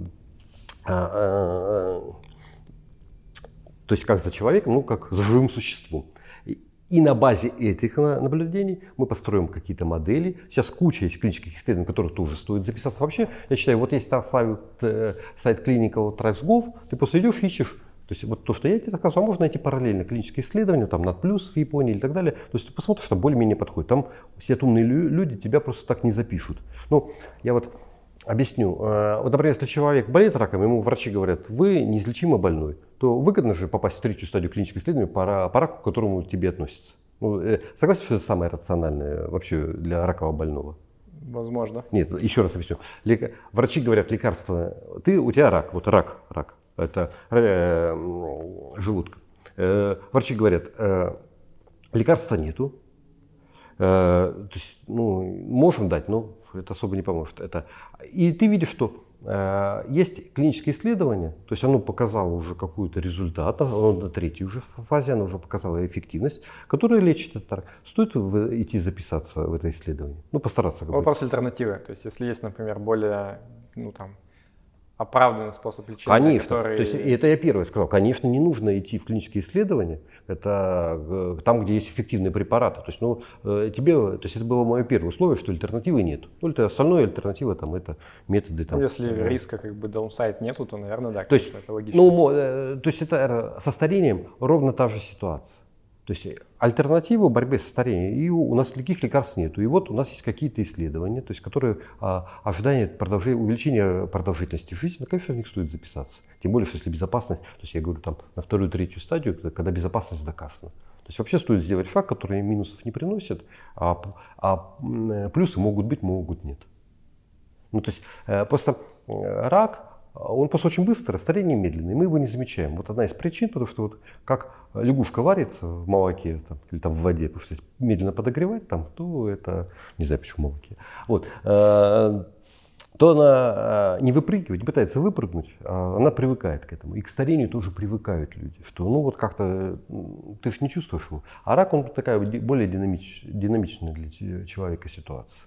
то есть как за человеком, ну как за живым существом. И на базе этих наблюдений мы построим какие-то модели. Сейчас куча есть клинических исследований, которых тоже стоит записаться. Вообще, я считаю, вот если ты оставил сайт clinical.gov, ты просто идешь, ищешь. То есть вот то, что я тебе рассказывал, можно найти параллельно клинические исследования, там NatPlus в Японии и так далее. То есть ты посмотришь, что более-менее подходит. Там все умные люди тебя просто так не запишут. Ну, я вот объясню. Вот, например, если человек болеет раком, ему врачи говорят, вы неизлечимо больной, то выгодно же попасть в третью стадию клинического исследования по раку, к которому тебе относятся. Ну, согласен, что это самое рациональное вообще для ракового больного? Возможно. Нет, еще раз объясню. Врачи говорят, лекарства, у тебя рак, вот рак, это желудка. Врачи говорят, лекарства нету, то есть, ну, можем дать, но это особо не поможет. И ты видишь, что есть клинические исследования, то есть оно показало уже какой-то результат, оно на третьей уже фазе, оно уже показало эффективность, которая лечит этот рак. Стоит идти записаться в это исследование? Ну, постараться. Вопрос альтернативы. То есть если есть, например, более, оправданный способ лечения, конечно. который... То есть это я первое сказал. Конечно, не нужно идти в клинические исследования. Это там, где есть эффективные препараты. То есть, это было мое первое условие, что альтернативы нет. Остальное альтернатива это методы. Если риска даунсайд нету, то, наверное, да, то есть, это логично. То есть это со старением ровно та же ситуация. То есть альтернативы борьбе со старением, и у нас никаких лекарств нету. И вот у нас есть какие-то исследования, то есть, которые ожидают увеличения продолжительности жизни. Конечно, в них стоит записаться. Тем более, что если безопасность, то есть я говорю на вторую-третью стадию, когда безопасность доказана. То есть вообще стоит сделать шаг, который минусов не приносит, а плюсы могут быть, могут нет. То есть просто рак, он просто очень быстро, старение медленное, мы его не замечаем. Вот одна из причин, потому что как лягушка варится в молоке или в воде, потому что медленно подогревать то это, не знаю почему в молоке, то она не выпрыгивает, не пытается выпрыгнуть, а она привыкает к этому. И к старению тоже привыкают люди, что как-то ты же не чувствуешь его. А рак, он такая более динамичная для человека ситуация.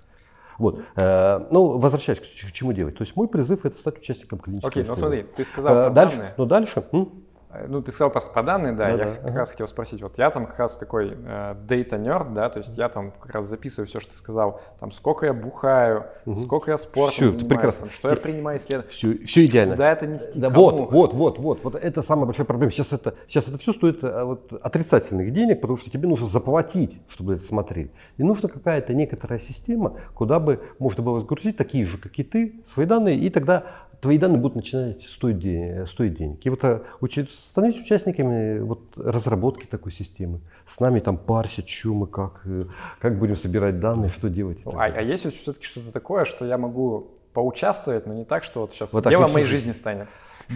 Возвращаясь к чему делать. То есть мой призыв — это стать участником клинического исследования. Окей, смотри, ты сказал про дальше. Дальше. Ты сказал просто про данные, я как раз хотел спросить. Я как раз такой data nerd, то есть я как раз записываю все, что ты сказал, сколько я бухаю, сколько я спортом занимаюсь, что я принимаю исследования. Все идеально. Куда это нести? Вот это самая большая проблема. Сейчас это все стоит отрицательных денег, потому что тебе нужно заплатить, чтобы это смотреть. И нужна какая-то некоторая система, куда бы можно было загрузить такие же, как и ты, свои данные, и тогда твои данные будут начинать стоить денег. И становитесь участниками разработки такой системы. С нами парсят, что мы, как будем собирать данные, что делать. А есть все-таки что-то такое, что я могу поучаствовать, но не так, что сейчас дело моей жизни станет?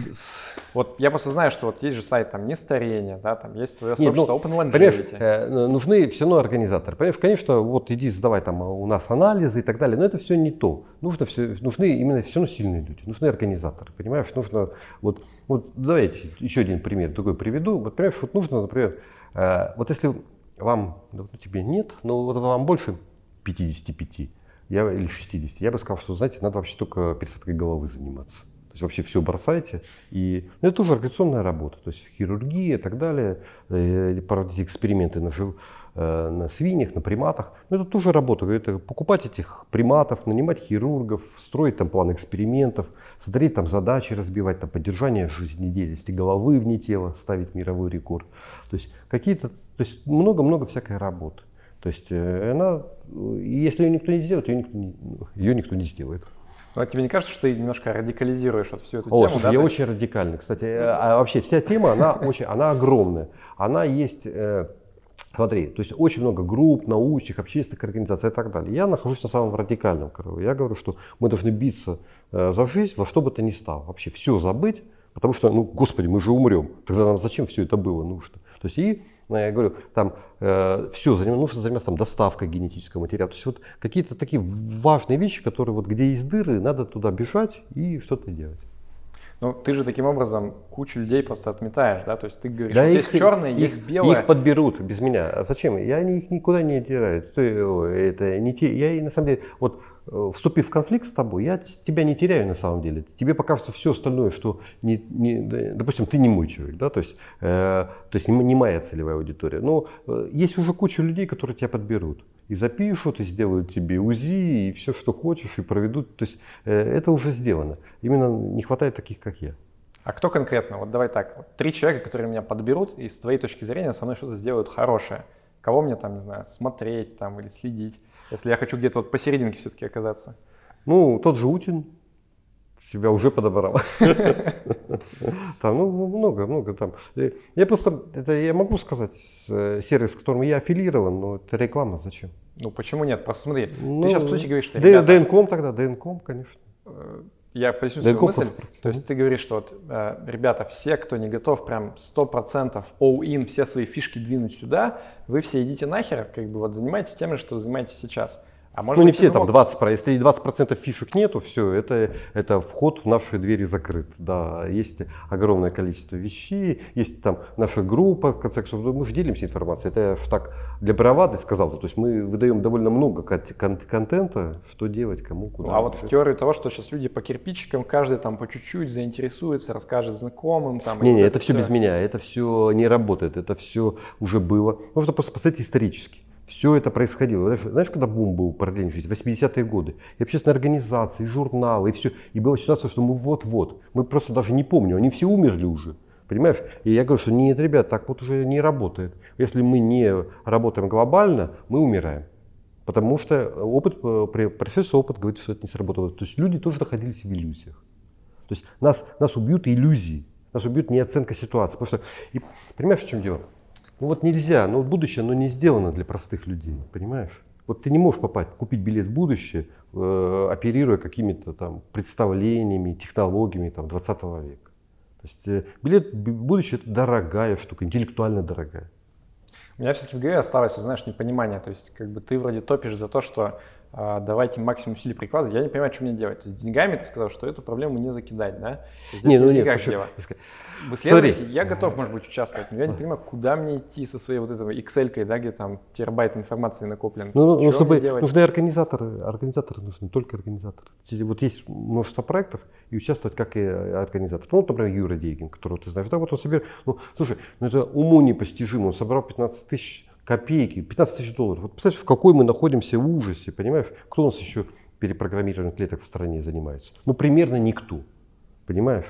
Я просто знаю, что есть же сайт «Нестарение», есть твое сообщество Open Longevity. Нужны все равно организаторы. Понимаешь, конечно, иди сдавай у нас анализы и так далее, но это все не то. Нужны именно все равно сильные люди, нужны организаторы. Понимаешь, нужно, давайте еще один пример другой приведу. Понимаешь, нужно, например, если вам, тебе нет, но вам больше 55 или 60, я бы сказал, что, знаете, надо вообще только пересадкой головы заниматься. То есть вообще все бросайте. И это тоже организационная работа. То есть хирургия и так далее, проводить эксперименты на свиньях, на приматах. Это тоже работа. Это покупать этих приматов, нанимать хирургов, строить план экспериментов, смотреть задачи, разбивать, поддержание жизнедеятельности головы вне тела, ставить мировой рекорд. То есть много-много всякой работы. То есть если ее никто не сделает, ее никто не сделает. А тебе не кажется, что ты немножко радикализируешь всю эту тему? Слушай, я очень радикальный, кстати. А вообще вся тема, она огромная. Она есть, смотри, то есть очень много групп, научных, общественных организаций и так далее. Я нахожусь на самом радикальном круге. Я говорю, что мы должны биться за жизнь во что бы то ни стало. Вообще все забыть, потому что, господи, мы же умрем. Тогда нам зачем все это было нужно? То есть я говорю, нужно заниматься доставкой генетического материала. То есть какие-то такие важные вещи, которые где есть дыры, надо туда бежать и что-то делать. Ты же таким образом кучу людей просто отметаешь, да? То есть ты говоришь, что есть черные, есть белые. Их подберут без меня. А зачем? Я их никуда не теряю. Это не те. Я на самом деле, вступив в конфликт с тобой, я тебя не теряю на самом деле. Тебе покажется все остальное, что допустим, ты не мой человек, да, то есть не моя целевая аудитория. Но есть уже куча людей, которые тебя подберут. И запишут, и сделают тебе УЗИ, и все, что хочешь, и проведут. То есть это уже сделано. Именно не хватает таких, как я. А кто конкретно? Давай так. 3 человека, которые меня подберут, и с твоей точки зрения со мной что-то сделают хорошее. Кого мне смотреть или следить, если я хочу где-то посерединке все-таки оказаться? Тот же Утин тебя уже подобрал. Много там. Я могу сказать, сервис, с которым я аффилирован, но это реклама, зачем? Почему нет? Просто смотри, ты сейчас по сути говоришь, что ребята... ДНКом, конечно. Я поясню свою мысль. То есть ты говоришь, что ребята, все, кто не готов прям 100% all-in, все свои фишки двинуть сюда, вы все идите нахер, занимайтесь тем же, что вы занимаетесь сейчас. А может ну, не быть, все, там 20%. Если 20% фишек нету, все, это вход в наши двери закрыт. Да, есть огромное количество вещей, есть там наша группа, в конце концов, мы же делимся информацией. Это я ж так для бравады сказал. То есть мы выдаем довольно много контента, что делать, кому, куда. А вот в теории того, что сейчас люди по кирпичикам, каждый там по чуть-чуть заинтересуется, расскажет знакомым. Не, это все без меня, это все не работает, это все уже было. Нужно просто посмотреть исторически. Все это происходило. Знаешь, когда бум был продление жизни? 80-е годы. И общественные организации, и журналы, и все. И была ситуация, что мы вот-вот. Мы просто даже не помним, они все умерли уже. Понимаешь? И я говорю, что нет, ребят, так вот уже не работает. Если мы не работаем глобально, мы умираем. Потому что прошедший опыт говорит, что это не сработало. То есть люди тоже находились в иллюзиях. То есть нас убьют иллюзии. Нас убьет неоценка ситуации. Потому что, понимаешь, в чем дело? Ну вот нельзя, но будущее оно не сделано для простых людей, понимаешь? Вот ты не можешь купить билет в будущее, оперируя какими-то там представлениями, технологиями там, 20 века. То есть билет в будущее – это дорогая штука, интеллектуально дорогая. У меня все-таки в голове осталось, знаешь, непонимание. То есть как бы ты вроде топишь за то, что давайте максимум усилий прикладывать. Я не понимаю, что мне делать. То есть деньгами ты сказал, что эту проблему не закидать, да? Здесь не, ну нет, нет, дело. В исследовании я готов, может быть, участвовать, но я не понимаю, куда мне идти со своей вот этой Excel-кой, да, где там терабайт информации накоплен. Ну, чтобы нужны организаторы нужны, только организаторы. Вот есть множество проектов, и участвовать как и организатор. Ну, вот, например, Юра Дейгин, которого ты знаешь, да, вот он собирает, ну, слушай, ну это уму непостижимо, он собрал 15 тысяч копейки, 15 тысяч долларов. Вот представляешь, в какой мы находимся ужасе, понимаешь? Кто у нас еще перепрограммированием клеток в стране занимается? Ну, примерно никто, понимаешь?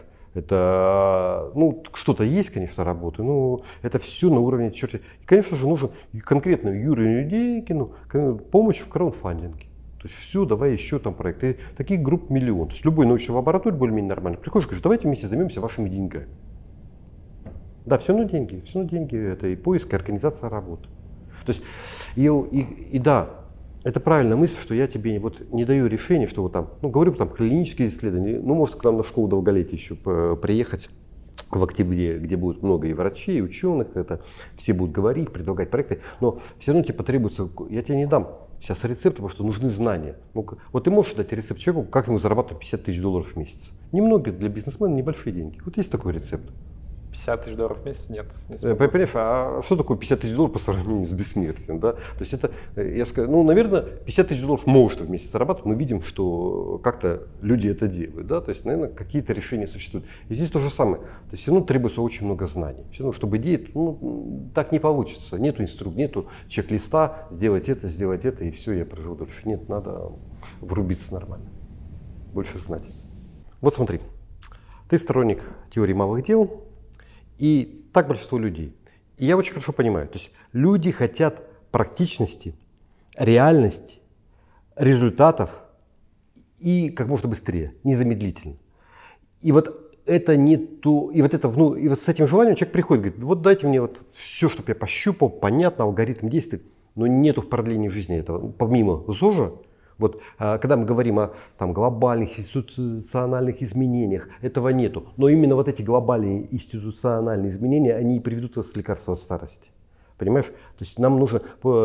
Это, ну, что-то есть, конечно, работы, но это все на уровне черти. И, конечно же, нужен конкретно Юрию Дейкину помощь в краудфандинге. То есть все, давай еще там проекты. Таких групп миллион. То есть любой научный лабораторий более-менее нормально. Приходишь и говоришь, давайте вместе займемся вашими деньгами. Да, все равно деньги, это и поиск, и организация работы. То есть, и да, это правильная мысль, что я тебе вот не даю решения, что вот там, ну, говорю там клинические исследования, ну, может к нам на школу долголетия еще приехать в октябре, где будет много и врачей, и ученых, это все будут говорить, предлагать проекты, но все равно тебе потребуется, я тебе не дам сейчас рецепт, потому что нужны знания. Ну, вот ты можешь дать рецепт человеку, как ему зарабатывать 50 тысяч долларов в месяц. Немного для бизнесмена, небольшие деньги. Вот есть такой рецепт. 50 тысяч долларов в месяц? Нет. Понимаешь, а что такое 50 тысяч долларов по сравнению с бессмертием? Да? То есть это, я скажу, ну, наверное, 50 тысяч долларов может в месяц зарабатывать. Мы видим, что как-то люди это делают. Да? То есть, наверное, какие-то решения существуют. И здесь то же самое. То есть все равно требуется очень много знаний. Все равно, чтобы делать, ну, так не получится. Нету нету чек-листа, сделать это, и все, я проживу дольше. Нет, надо врубиться нормально. Больше знать. Вот смотри, ты сторонник теории малых дел. И так большинство людей. И я очень хорошо понимаю, то есть люди хотят практичности, реальности, результатов и как можно быстрее, незамедлительно. И вот это не то, и вот с этим желанием человек приходит, говорит, вот дайте мне вот все, чтобы я пощупал, понятно, алгоритм действий, но нету в продлении жизни этого, помимо ЗОЖа. Вот, когда мы говорим о там, глобальных институциональных изменениях, этого нету. Но именно вот эти глобальные институциональные изменения, они приведут нас к лекарству от старости. Понимаешь? То есть нам нужно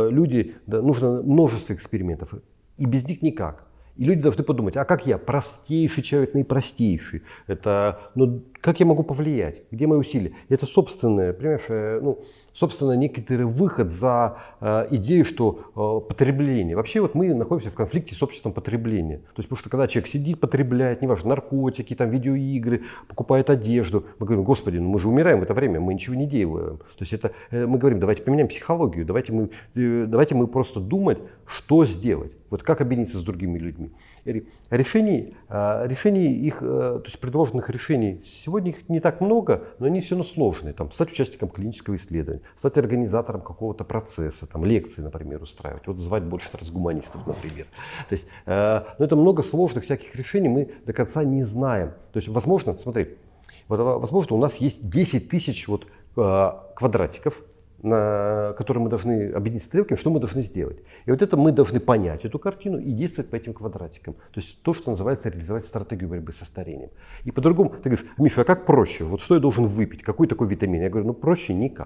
множество экспериментов. И без них никак. И люди должны подумать, а как я, простейший человек, наипростейший, но как я могу повлиять, где мои усилия? Это собственное, понимаешь, собственно, некоторый выход за идею, что потребление. Вообще вот мы находимся в конфликте с обществом потребления. То есть, потому что когда человек сидит, потребляет, неважно, наркотики, там, видеоигры, покупает одежду, мы говорим, господи, мы же умираем в это время, мы ничего не делаем. То есть мы говорим, давайте поменяем психологию, давайте мы просто думать, что сделать. Вот как объединиться с другими людьми. Решений их, то есть предложенных решений, сегодня их не так много, но они все равно сложные. Там, стать участником клинического исследования, стать организатором какого-то процесса, там, лекции, например, устраивать, вот звать больше трансгуманистов, например. То есть, это много сложных всяких решений, мы до конца не знаем. То есть, возможно, смотри, возможно, у нас есть 10 тысяч квадратиков, на которые мы должны объединить стрелками, что мы должны сделать. И вот это мы должны понять, эту картину, и действовать по этим квадратикам. То есть то, что называется реализовать стратегию борьбы со старением. И по-другому ты говоришь, Миша, а как проще? Вот что я должен выпить? Какой такой витамин? Я говорю, проще никак.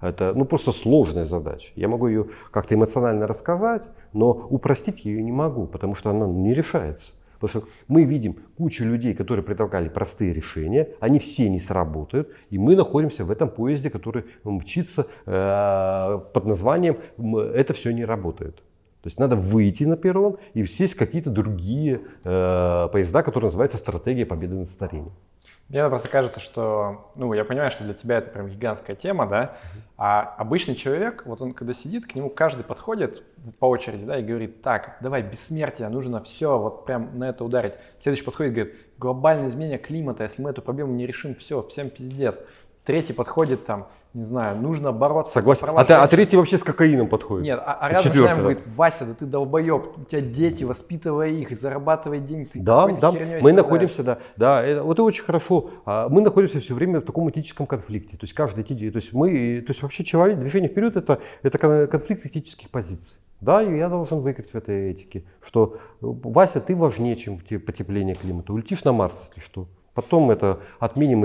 Это просто сложная задача. Я могу ее как-то эмоционально рассказать, но упростить я ее не могу, потому что она не решается. Потому что мы видим кучу людей, которые предлагали простые решения, они все не сработают, и мы находимся в этом поезде, который мчится под названием «это все не работает». То есть надо выйти на перрон и сесть в какие-то другие поезда, которые называются «Стратегия победы над старением». Мне просто кажется, что, я понимаю, что для тебя это прям гигантская тема, да, а обычный человек, вот он когда сидит, к нему каждый подходит по очереди, да, и говорит: так, давай, бессмертие, нужно все, вот прям на это ударить. Следующий подходит и говорит: глобальное изменение климата, если мы эту проблему не решим, все, всем пиздец. Третий подходит там, не знаю, нужно бороться. Согласен. А третий вообще с кокаином подходит. Нет, рядом с нами говорит: Вася, да ты долбоеб, у тебя дети, воспитывай их, зарабатывай деньги. Ты да, мы находимся, вот и очень хорошо. Мы находимся все время в таком этическом конфликте. То есть вообще человек, движение вперед это конфликт этических позиций. Да, и я должен выиграть в этой этике, что Вася, ты важнее, чем потепление климата. Улетишь на Марс, если что. Потом это отменим,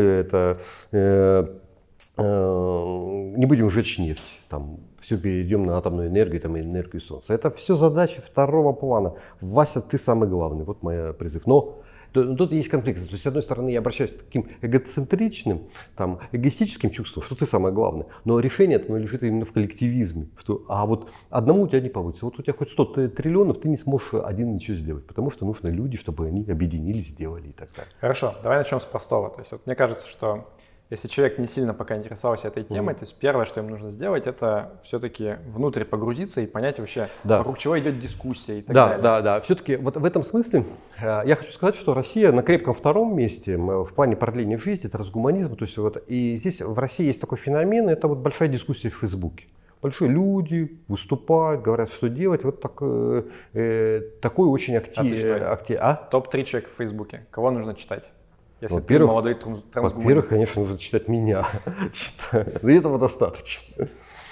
не будем сжечь нефть, все перейдем на атомную энергию, и энергию солнца. Это все задачи второго плана. Вася, ты самый главный, вот мой призыв. Но тут есть конфликт. То есть, с одной стороны, я обращаюсь к таким эгоцентричным, эгоистическим чувствам, что ты самое главное. Но решение это лежит именно в коллективизме. А вот одному у тебя не получится. Вот у тебя хоть 100 триллионов, ты не сможешь один ничего сделать. Потому что нужны люди, чтобы они объединились, сделали и так далее. Хорошо, давай начнем с простого. То есть, мне кажется, что если человек не сильно пока интересовался этой темой, то есть первое, что им нужно сделать, это все-таки внутрь погрузиться и понять вообще, вокруг чего идет дискуссия и так далее. Да. Все-таки вот в этом смысле я хочу сказать, что Россия на крепком втором месте в плане продления жизни, трансгуманизма. То есть и здесь в России есть такой феномен, это большая дискуссия в Фейсбуке. Большие люди выступают, говорят, что делать. Вот такой очень активный. Топ-3 человека в Фейсбуке. Кого нужно читать? Если ты молодой трансгуманист. Во-первых, конечно, нужно читать меня. И этого достаточно.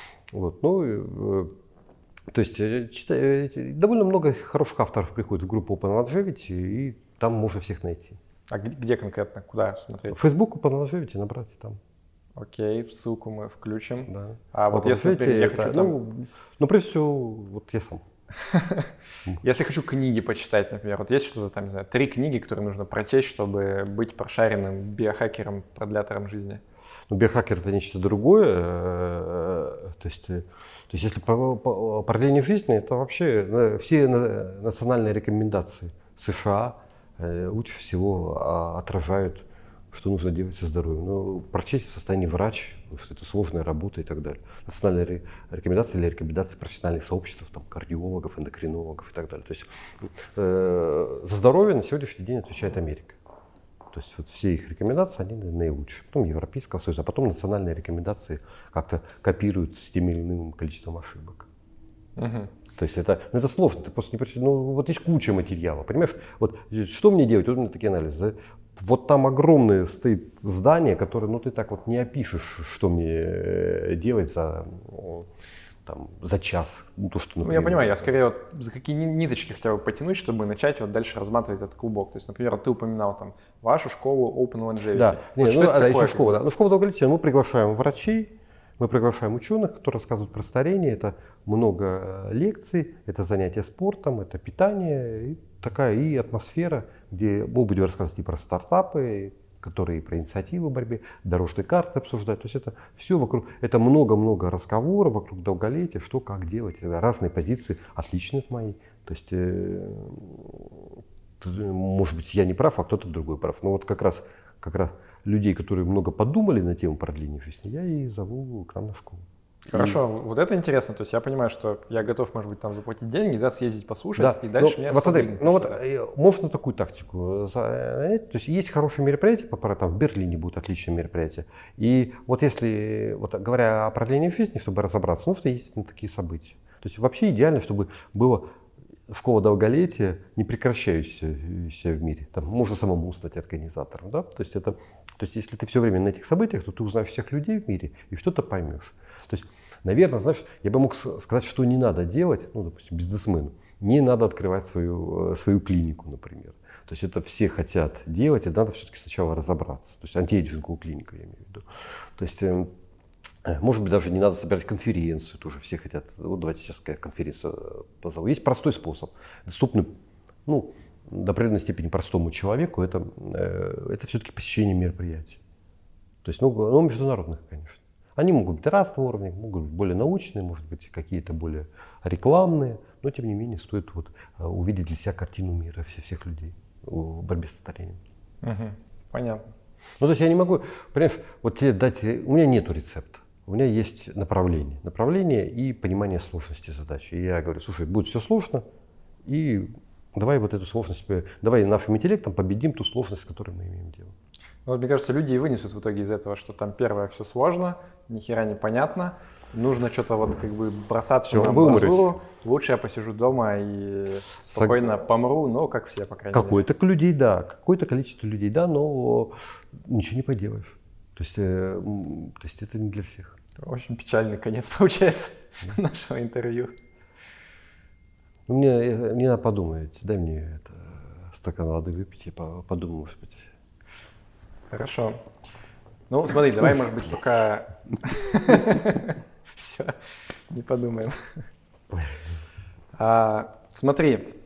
То есть довольно много хороших авторов приходит в группу Open Longevity, и там можно всех найти. А где конкретно? Куда смотреть? В Facebook Open Longevity набрать там. Окей, ссылку мы включим. Да. А вот если я хочу там... прежде всего, я сам. Если хочу книги почитать, например, вот есть что-то там, не знаю, 3 книги, которые нужно прочесть, чтобы быть прошаренным биохакером, продлятором жизни? Биохакер это нечто другое. То есть если продление жизни, это вообще все национальные рекомендации США лучше всего отражают, что нужно делать со здоровьем. Прочесть в состоянии врач, потому что это сложная работа и так далее. Национальные рекомендации или рекомендации профессиональных сообществ, кардиологов, эндокринологов и так далее. То есть за здоровье на сегодняшний день отвечает Америка. То есть все их рекомендации, они наилучшие. Потом Европейского Союза, а потом национальные рекомендации как-то копируют с тем или иным количеством ошибок. То есть это сложно, ты просто не прочитаешь. Вот есть куча материала, понимаешь? Вот что мне делать? Вот у меня такие анализы. Да? Вот там огромное стоит здание, которое, ты так вот не опишешь, что мне делать за час. То, что, например, я понимаю, я скорее за какие ниточки хотел бы потянуть, чтобы начать дальше разматывать этот клубок. То есть, например, ты упоминал вашу школу Open Longevity. Да, еще школа. Да. Школа долголетия, мы приглашаем врачей, мы приглашаем ученых, которые рассказывают про старение. Это много лекций, это занятия спортом, это питание и атмосфера, где мы будем рассказывать и про стартапы, которые про инициативы в борьбе, дорожные карты обсуждать. То есть это все вокруг, это много-много разговоров вокруг долголетия, что, как делать. Это разные позиции, отличные от моей. То есть, может быть, я не прав, а кто-то другой прав. Но вот как раз людей, которые много подумали на тему продления жизни, я и зову к нам на школу. Хорошо, вот это интересно. То есть я понимаю, что я готов, может быть, там заплатить деньги, съездить послушать, и дальше меня смотри, можно такую тактику. То есть есть хорошие мероприятия, в Берлине будут отличные мероприятия. И вот если, говоря о продлении жизни, чтобы разобраться, нужно ездить на такие события. То есть вообще идеально, чтобы было школа долголетия, не прекращающаяся в мире. Там можно самому стать организатором. Да? То есть если ты все время на этих событиях, то ты узнаешь всех людей в мире и что-то поймешь. То есть, наверное, знаешь, я бы мог сказать, что не надо делать, допустим, бизнесмену. Не надо открывать свою клинику, например. То есть это все хотят делать, и надо все-таки сначала разобраться. То есть антиэйджинговую клинику, я имею в виду. То есть Может быть, даже не надо собирать конференцию, тоже все хотят, вот давайте сейчас конференцию позову. Есть простой способ, доступный, ну, до определенной степени простому человеку, это все-таки посещение мероприятий. То есть, ну, международных, конечно. Они могут быть разного уровня, могут быть более научные, может быть, какие-то более рекламные, но тем не менее стоит вот увидеть для себя картину мира всех людей в борьбе с старением. Понятно. Ну, то есть я не могу, понимаешь, вот тебе дать, у меня нету рецепта. У меня есть направление и понимание сложности задачи. И я говорю, слушай, будет все сложно, и давай вот эту сложность, давай нашим интеллектом победим ту сложность, с которой мы имеем дело. Ну, вот, мне кажется, люди и вынесут в итоге из этого, что там первое все сложно, ни хера не понятно, нужно что-то вот как бы бросаться на амбразуру. Лучше я посижу дома и спокойно помру, но как все, по крайней мере. Какое-то количество людей, да, но ничего не поделаешь. То есть это не для всех. Очень печальный конец получается нашего интервью. Мне надо подумать, дай мне стакан воды выпить, я подумаю, может быть. Хорошо. Ну, смотри, давай, может быть, пока все, не подумаем. Смотри,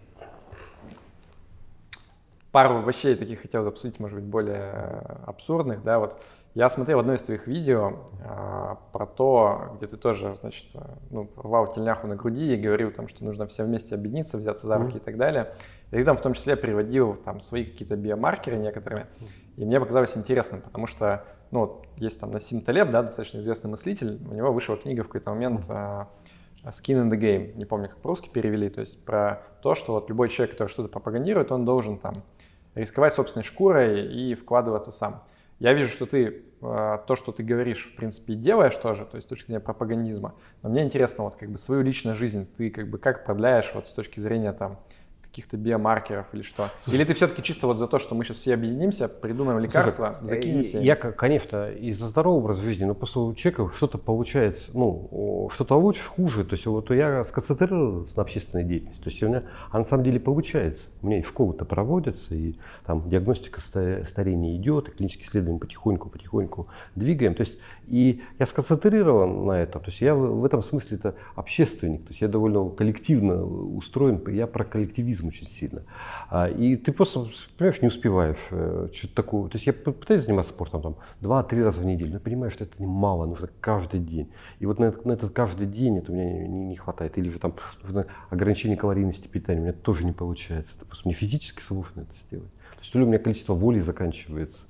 пару вещей таких хотел обсудить, может быть, более абсурдных, да, вот. Я смотрел одно из твоих видео про то, где ты тоже, значит, рвал тельняху на груди и говорил, там, что нужно все вместе объединиться, взяться за руки и так далее. И ты там в том числе приводил там свои какие-то биомаркеры некоторые. И мне показалось интересным, потому что, есть там Нассим Талеб, да, достаточно известный мыслитель, у него вышла книга в какой-то момент «Skin in the Game», не помню, как по-русски перевели, то есть про то, что вот любой человек, который что-то пропагандирует, он должен там рисковать собственной шкурой и вкладываться сам. Я вижу, что ты то, что ты говоришь, в принципе, и делаешь тоже, то есть с точки зрения пропагандизма. Но мне интересно, вот как бы свою личную жизнь ты как бы как продляешь вот с точки зрения там каких-то биомаркеров или что? Или ты все-таки чисто вот за то, что мы сейчас все объединимся, придумаем лекарства, закинемся? Я, конечно, и за здоровый образ жизни, но просто у человека что-то получается, что-то лучше, хуже. То есть вот я сконцентрировался на общественной деятельности. То есть у меня на самом деле получается. У меня и школы-то проводятся, и там диагностика старения идет, и клинические исследования потихоньку двигаем. То есть и я сконцентрирован на этом. То есть я в этом смысле-то общественник. То есть я довольно коллективно устроен, я про коллективизм очень сильно. И ты просто, понимаешь, не успеваешь что-то такое. То есть я пытаюсь заниматься спортом там 2-3 раза в неделю, но понимаешь, что это мало, нужно каждый день. И вот на этот каждый день это у меня не хватает. Или же там нужно ограничение калорийности питания, у меня тоже не получается. Это просто мне физически сложно это сделать. То есть то ли у меня количество воли заканчивается,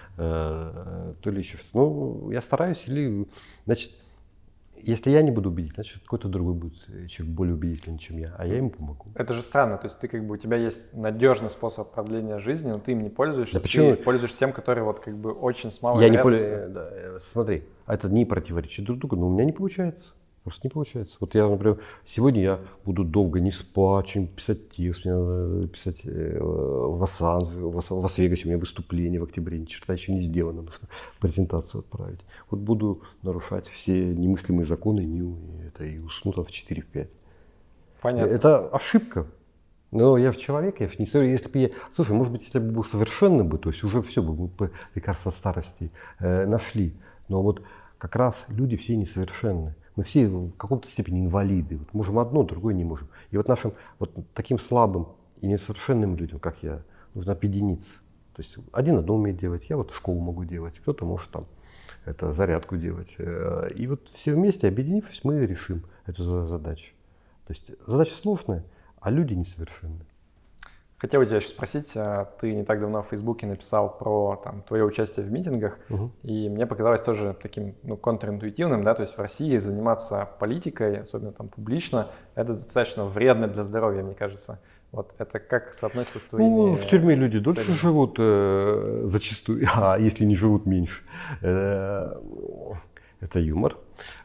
то ли еще что-то. Я стараюсь, или, значит, если я не буду убедительным, значит, какой-то другой будет человек более убедительный, чем я, а я ему помогу. Это же странно, то есть ты как бы, у тебя есть надежный способ продления жизни, но ты им не пользуешься, да почему? Ты пользуешься тем, который вот как бы очень с малой вероятностью. Смотри, это не противоречит друг другу, но у меня не получается. Просто не получается. Вот я, например, сегодня я буду долго не спать, что-нибудь писать текст, мне надо писать в Лас-Вегасе, у меня выступление в октябре, ни черта еще не сделано, нужно презентацию отправить. Вот буду нарушать все немыслимые законы и усну там в 4-5. Понятно. Это ошибка. Но я же человек, я же не совершенный. Если бы я, слушай, может быть, если бы был совершенным, то есть уже все бы, мы бы лекарства от старости нашли. Но вот как раз люди все несовершенны. Мы все в каком-то степени инвалиды. Вот можем одно, другое не можем. И вот нашим вот таким слабым и несовершенным людям, как я, нужно объединиться. То есть один одно умеет делать, я вот в школу могу делать, кто-то может там зарядку делать. И вот все вместе, объединившись, мы решим эту задачу. То есть задача сложная, а люди несовершенны. Хотел у тебя еще спросить, ты не так давно в Фейсбуке написал про твое участие в митингах, и мне показалось тоже таким контринтуитивным, да, то есть в России заниматься политикой, особенно там публично, это достаточно вредно для здоровья, мне кажется. Вот это как соотносится с твоими в тюрьме люди дольше целями? живут зачастую, а если не живут меньше. Это юмор.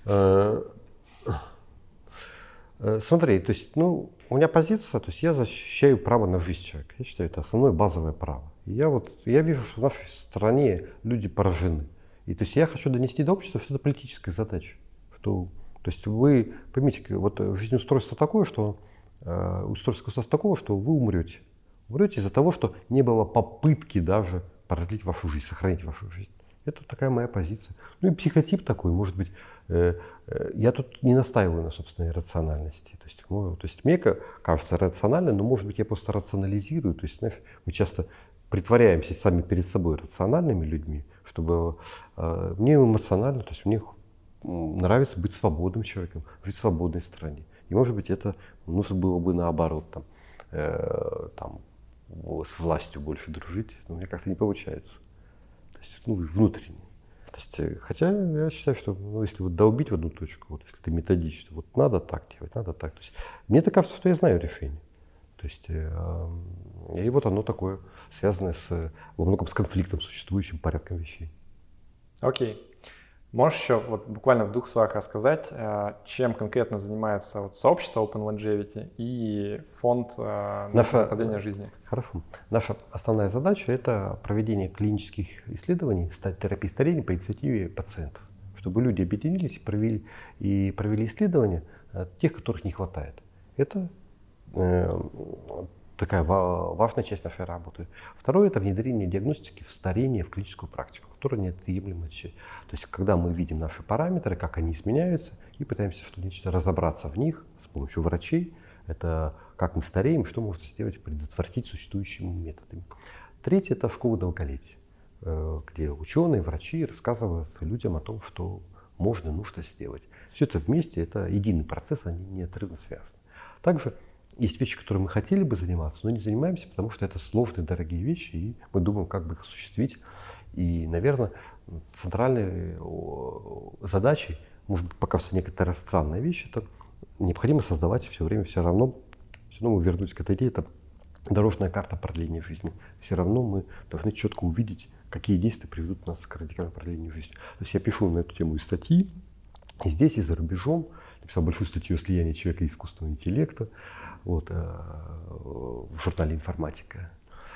Смотри, то есть, у меня позиция, то есть я защищаю право на жизнь человека. Я считаю, это основное базовое право. И я вижу, что в нашей стране люди поражены. И то есть я хочу донести до общества, что это политическая задача. То есть вы поймите, вот жизнеустройство такое, что устройство государства такого, что вы умрете. Умрете из-за того, что не было попытки даже продлить вашу жизнь, сохранить вашу жизнь. Это такая моя позиция. И психотип такой, может быть, Я тут не настаиваю на собственной рациональности. То есть мне кажется рационально, но может быть я просто рационализирую. То есть, знаешь, мы часто притворяемся сами перед собой рациональными людьми, чтобы мне эмоционально, то есть мне нравится быть свободным человеком, жить в свободной стране. И может быть это нужно было бы наоборот, там, с властью больше дружить, но мне как-то не получается. То есть, внутренне. То есть, хотя я считаю, что если вот долбить в одну точку, вот если ты методично, вот надо так делать, надо так. То есть, мне так кажется, что я знаю решение. То есть, и вот оно такое, связанное во многом с конфликтом, существующим порядком вещей. Окей. Можешь еще вот буквально в 2 словах рассказать, чем конкретно занимается вот сообщество Open Longevity и фонд за продление жизни? Хорошо. Наша основная задача – это проведение клинических исследований терапии старения по инициативе пациентов, чтобы люди объединились и провели исследования тех, которых не хватает. Это такая важная часть нашей работы. Второе – это внедрение диагностики в старении в клиническую практику, которая неотъемлема. То есть, когда мы видим наши параметры, как они изменяются, и пытаемся что-нибудь разобраться в них с помощью врачей, это как мы стареем, что можно сделать, предотвратить существующими методами. Третье – это школа долголетия, где ученые, врачи рассказывают людям о том, что можно, нужно сделать. Все это вместе, это единый процесс, они неотрывно связаны. Также есть вещи, которыми мы хотели бы заниматься, но не занимаемся, потому что это сложные, дорогие вещи, и мы думаем, как бы их осуществить. И, наверное, центральной задачей, может быть, пока что некоторая странная вещь, это необходимо создавать все время, все равно мы вернусь к этой идее, это дорожная карта продления жизни. Все равно мы должны четко увидеть, какие действия приведут нас к радикальному продлению жизни. То есть я пишу на эту тему и статьи, и здесь, и за рубежом. Написал большую статью о слиянии человека и искусственного интеллекта в журнале «Информатика».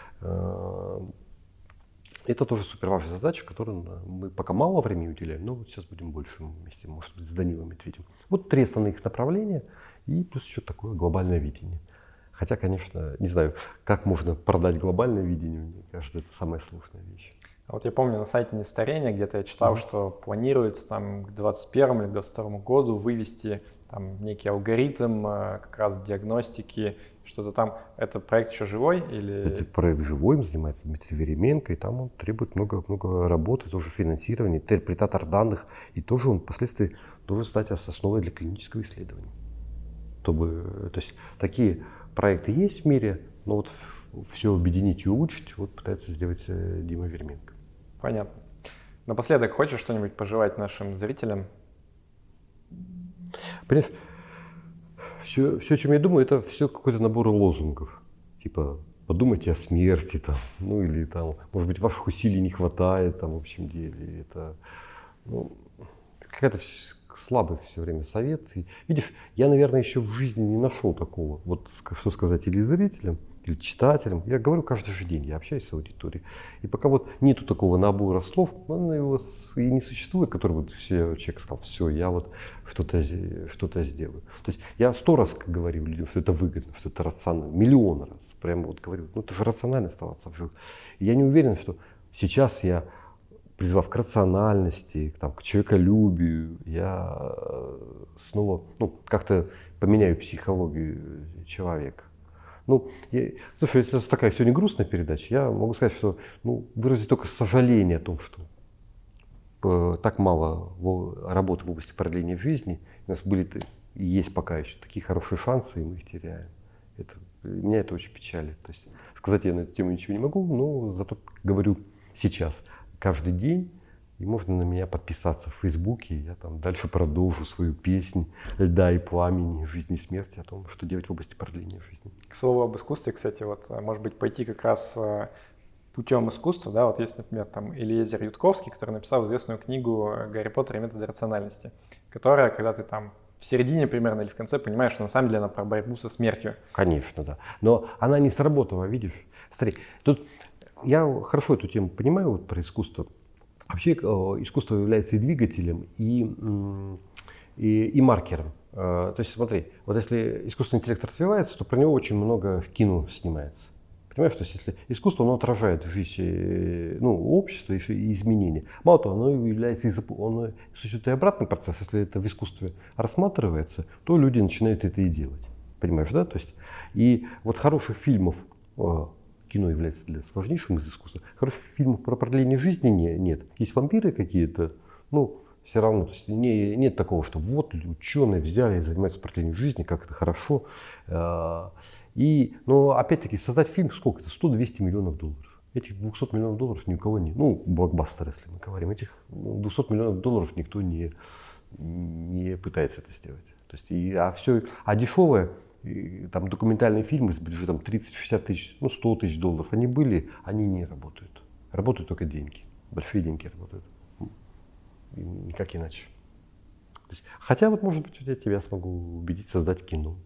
Это тоже суперважная задача, которую мы пока мало времени уделяем, но вот сейчас будем больше вместе, может быть, с Данилом Медведевым. Вот 3 основных направления и плюс еще такое глобальное видение. Хотя, конечно, не знаю, как можно продать глобальное видение, мне кажется, это самая сложная вещь. А вот я помню, на сайте Нестарения где-то я читал, что планируется там к 2021 или 2022 году вывести там некий алгоритм как раз диагностики, что-то там. Это проект еще живой или? Это проект живой, им занимается Дмитрий Веременко, и там он требует много работы, тоже финансирования, интерпретатор данных, и тоже он впоследствии должен стать основой для клинического исследования. То есть такие проекты есть в мире, но вот все объединить и улучшить вот пытается сделать Дима Веременко. Понятно. Напоследок, хочешь что-нибудь пожелать нашим зрителям? Понимаешь, все, о чем я думаю, это все какой-то набор лозунгов. Типа, подумайте о смерти, там, или там, может быть, ваших усилий не хватает, там, в общем деле. Это, какая-то слабый все время совет. И, видишь, я, наверное, еще в жизни не нашел такого, вот что сказать или зрителям, или читателям. Я говорю каждый же день, я общаюсь с аудиторией. И пока вот нету такого набора слов, его и не существует, который вот человек сказал, все, я вот что-то сделаю. То есть я 100 раз говорю людям, что это выгодно, что это рационально, миллион раз. Прямо вот говорю, это же рационально оставаться в живых. И я не уверен, что сейчас я, призвав к рациональности, к человеколюбию, я снова как-то поменяю психологию человека. Слушай, это такая сегодня грустная передача. Я могу сказать, что выразить только сожаление о том, что так мало работы в области продления жизни. У нас были и есть пока еще такие хорошие шансы, и мы их теряем. Меня это очень печалит. То есть сказать я на эту тему ничего не могу, но зато говорю сейчас, каждый день. И можно на меня подписаться в Фейсбуке, я там дальше продолжу свою песнь «Льда и пламени, жизни и смерти» о том, что делать в области продления жизни. К слову об искусстве, кстати, вот, может быть, пойти как раз путем искусства, да, вот есть, например, там Элиезер Ютковский, который написал известную книгу «Гарри Поттер и методы рациональности», которая, когда ты там в середине примерно или в конце понимаешь, что на самом деле она про борьбу со смертью. Конечно, да. Но она не сработала, видишь. Смотри, тут я хорошо эту тему понимаю, вот про искусство. Вообще искусство является и двигателем, и маркером. То есть смотри, вот если искусственный интеллект развивается, то про него очень много в кино снимается. Понимаешь, то есть если искусство, оно отражает жизнь, общества и изменения. Мало того, оно является, оно существует и обратный процесс. Если это в искусстве рассматривается, то люди начинают это и делать. Понимаешь, да? То есть, и вот хороших фильмов, кино является сложнейшим из искусства, хороших фильмов про продление жизни нет. Есть вампиры какие-то, все равно, то есть нет такого, что вот ученые взяли и занимаются продлением жизни, как это хорошо. Но опять-таки создать фильм сколько? Это 100-200 миллионов долларов. Этих 200 миллионов долларов ни у кого нет. Блокбастер, если мы говорим. Этих 200 миллионов долларов никто не пытается это сделать. То есть, дешевые там, документальные фильмы с бюджетом 30-60 тысяч, 100 тысяч долларов, они не работают. Работают только деньги. Большие деньги работают. И никак иначе. То есть, хотя вот, может быть, я тебя смогу убедить создать кино.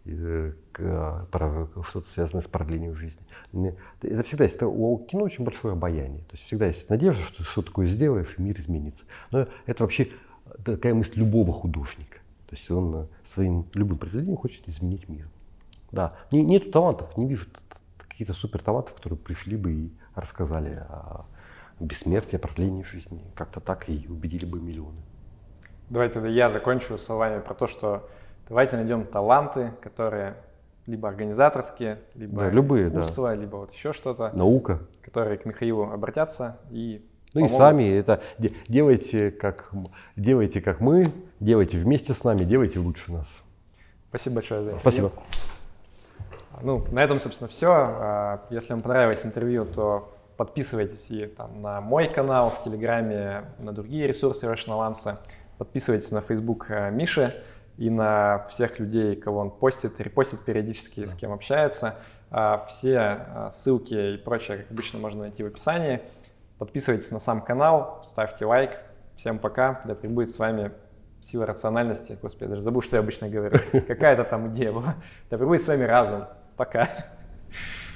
Про что-то связанное с продлением жизни. Это всегда есть. У кино очень большое обаяние. То есть всегда есть надежда, что ты что-то такое сделаешь, и мир изменится. Но это вообще такая мысль любого художника. То есть он своим любым произведением хочет изменить мир. Да. Нету талантов, не вижу каких-то супер талантов, которые пришли бы и рассказали о бессмертии, о продлении жизни. Как-то так и убедили бы миллионы. Давайте тогда я закончу словами про то, что давайте найдем таланты, которые либо организаторские, либо любые, искусство, либо вот еще что-то. Наука. Которые к Михаилу обратятся и помогут. И сами это делайте как мы, делайте вместе с нами, делайте лучше нас. Спасибо большое за интервью. Спасибо. На этом, собственно, все. Если вам понравилось интервью, то подписывайтесь и на мой канал в Телеграме, на другие ресурсы Russian Avance. Подписывайтесь на Facebook Миши и на всех людей, кого он постит, репостит периодически, с кем общается. Все ссылки и прочее, как обычно, можно найти в описании. Подписывайтесь на сам канал, ставьте лайк. Всем пока, да пребудет с вами сила рациональности. Господи, я даже забыл, что я обычно говорю. Какая-то там идея была. Да пребудет с вами разум. Пока.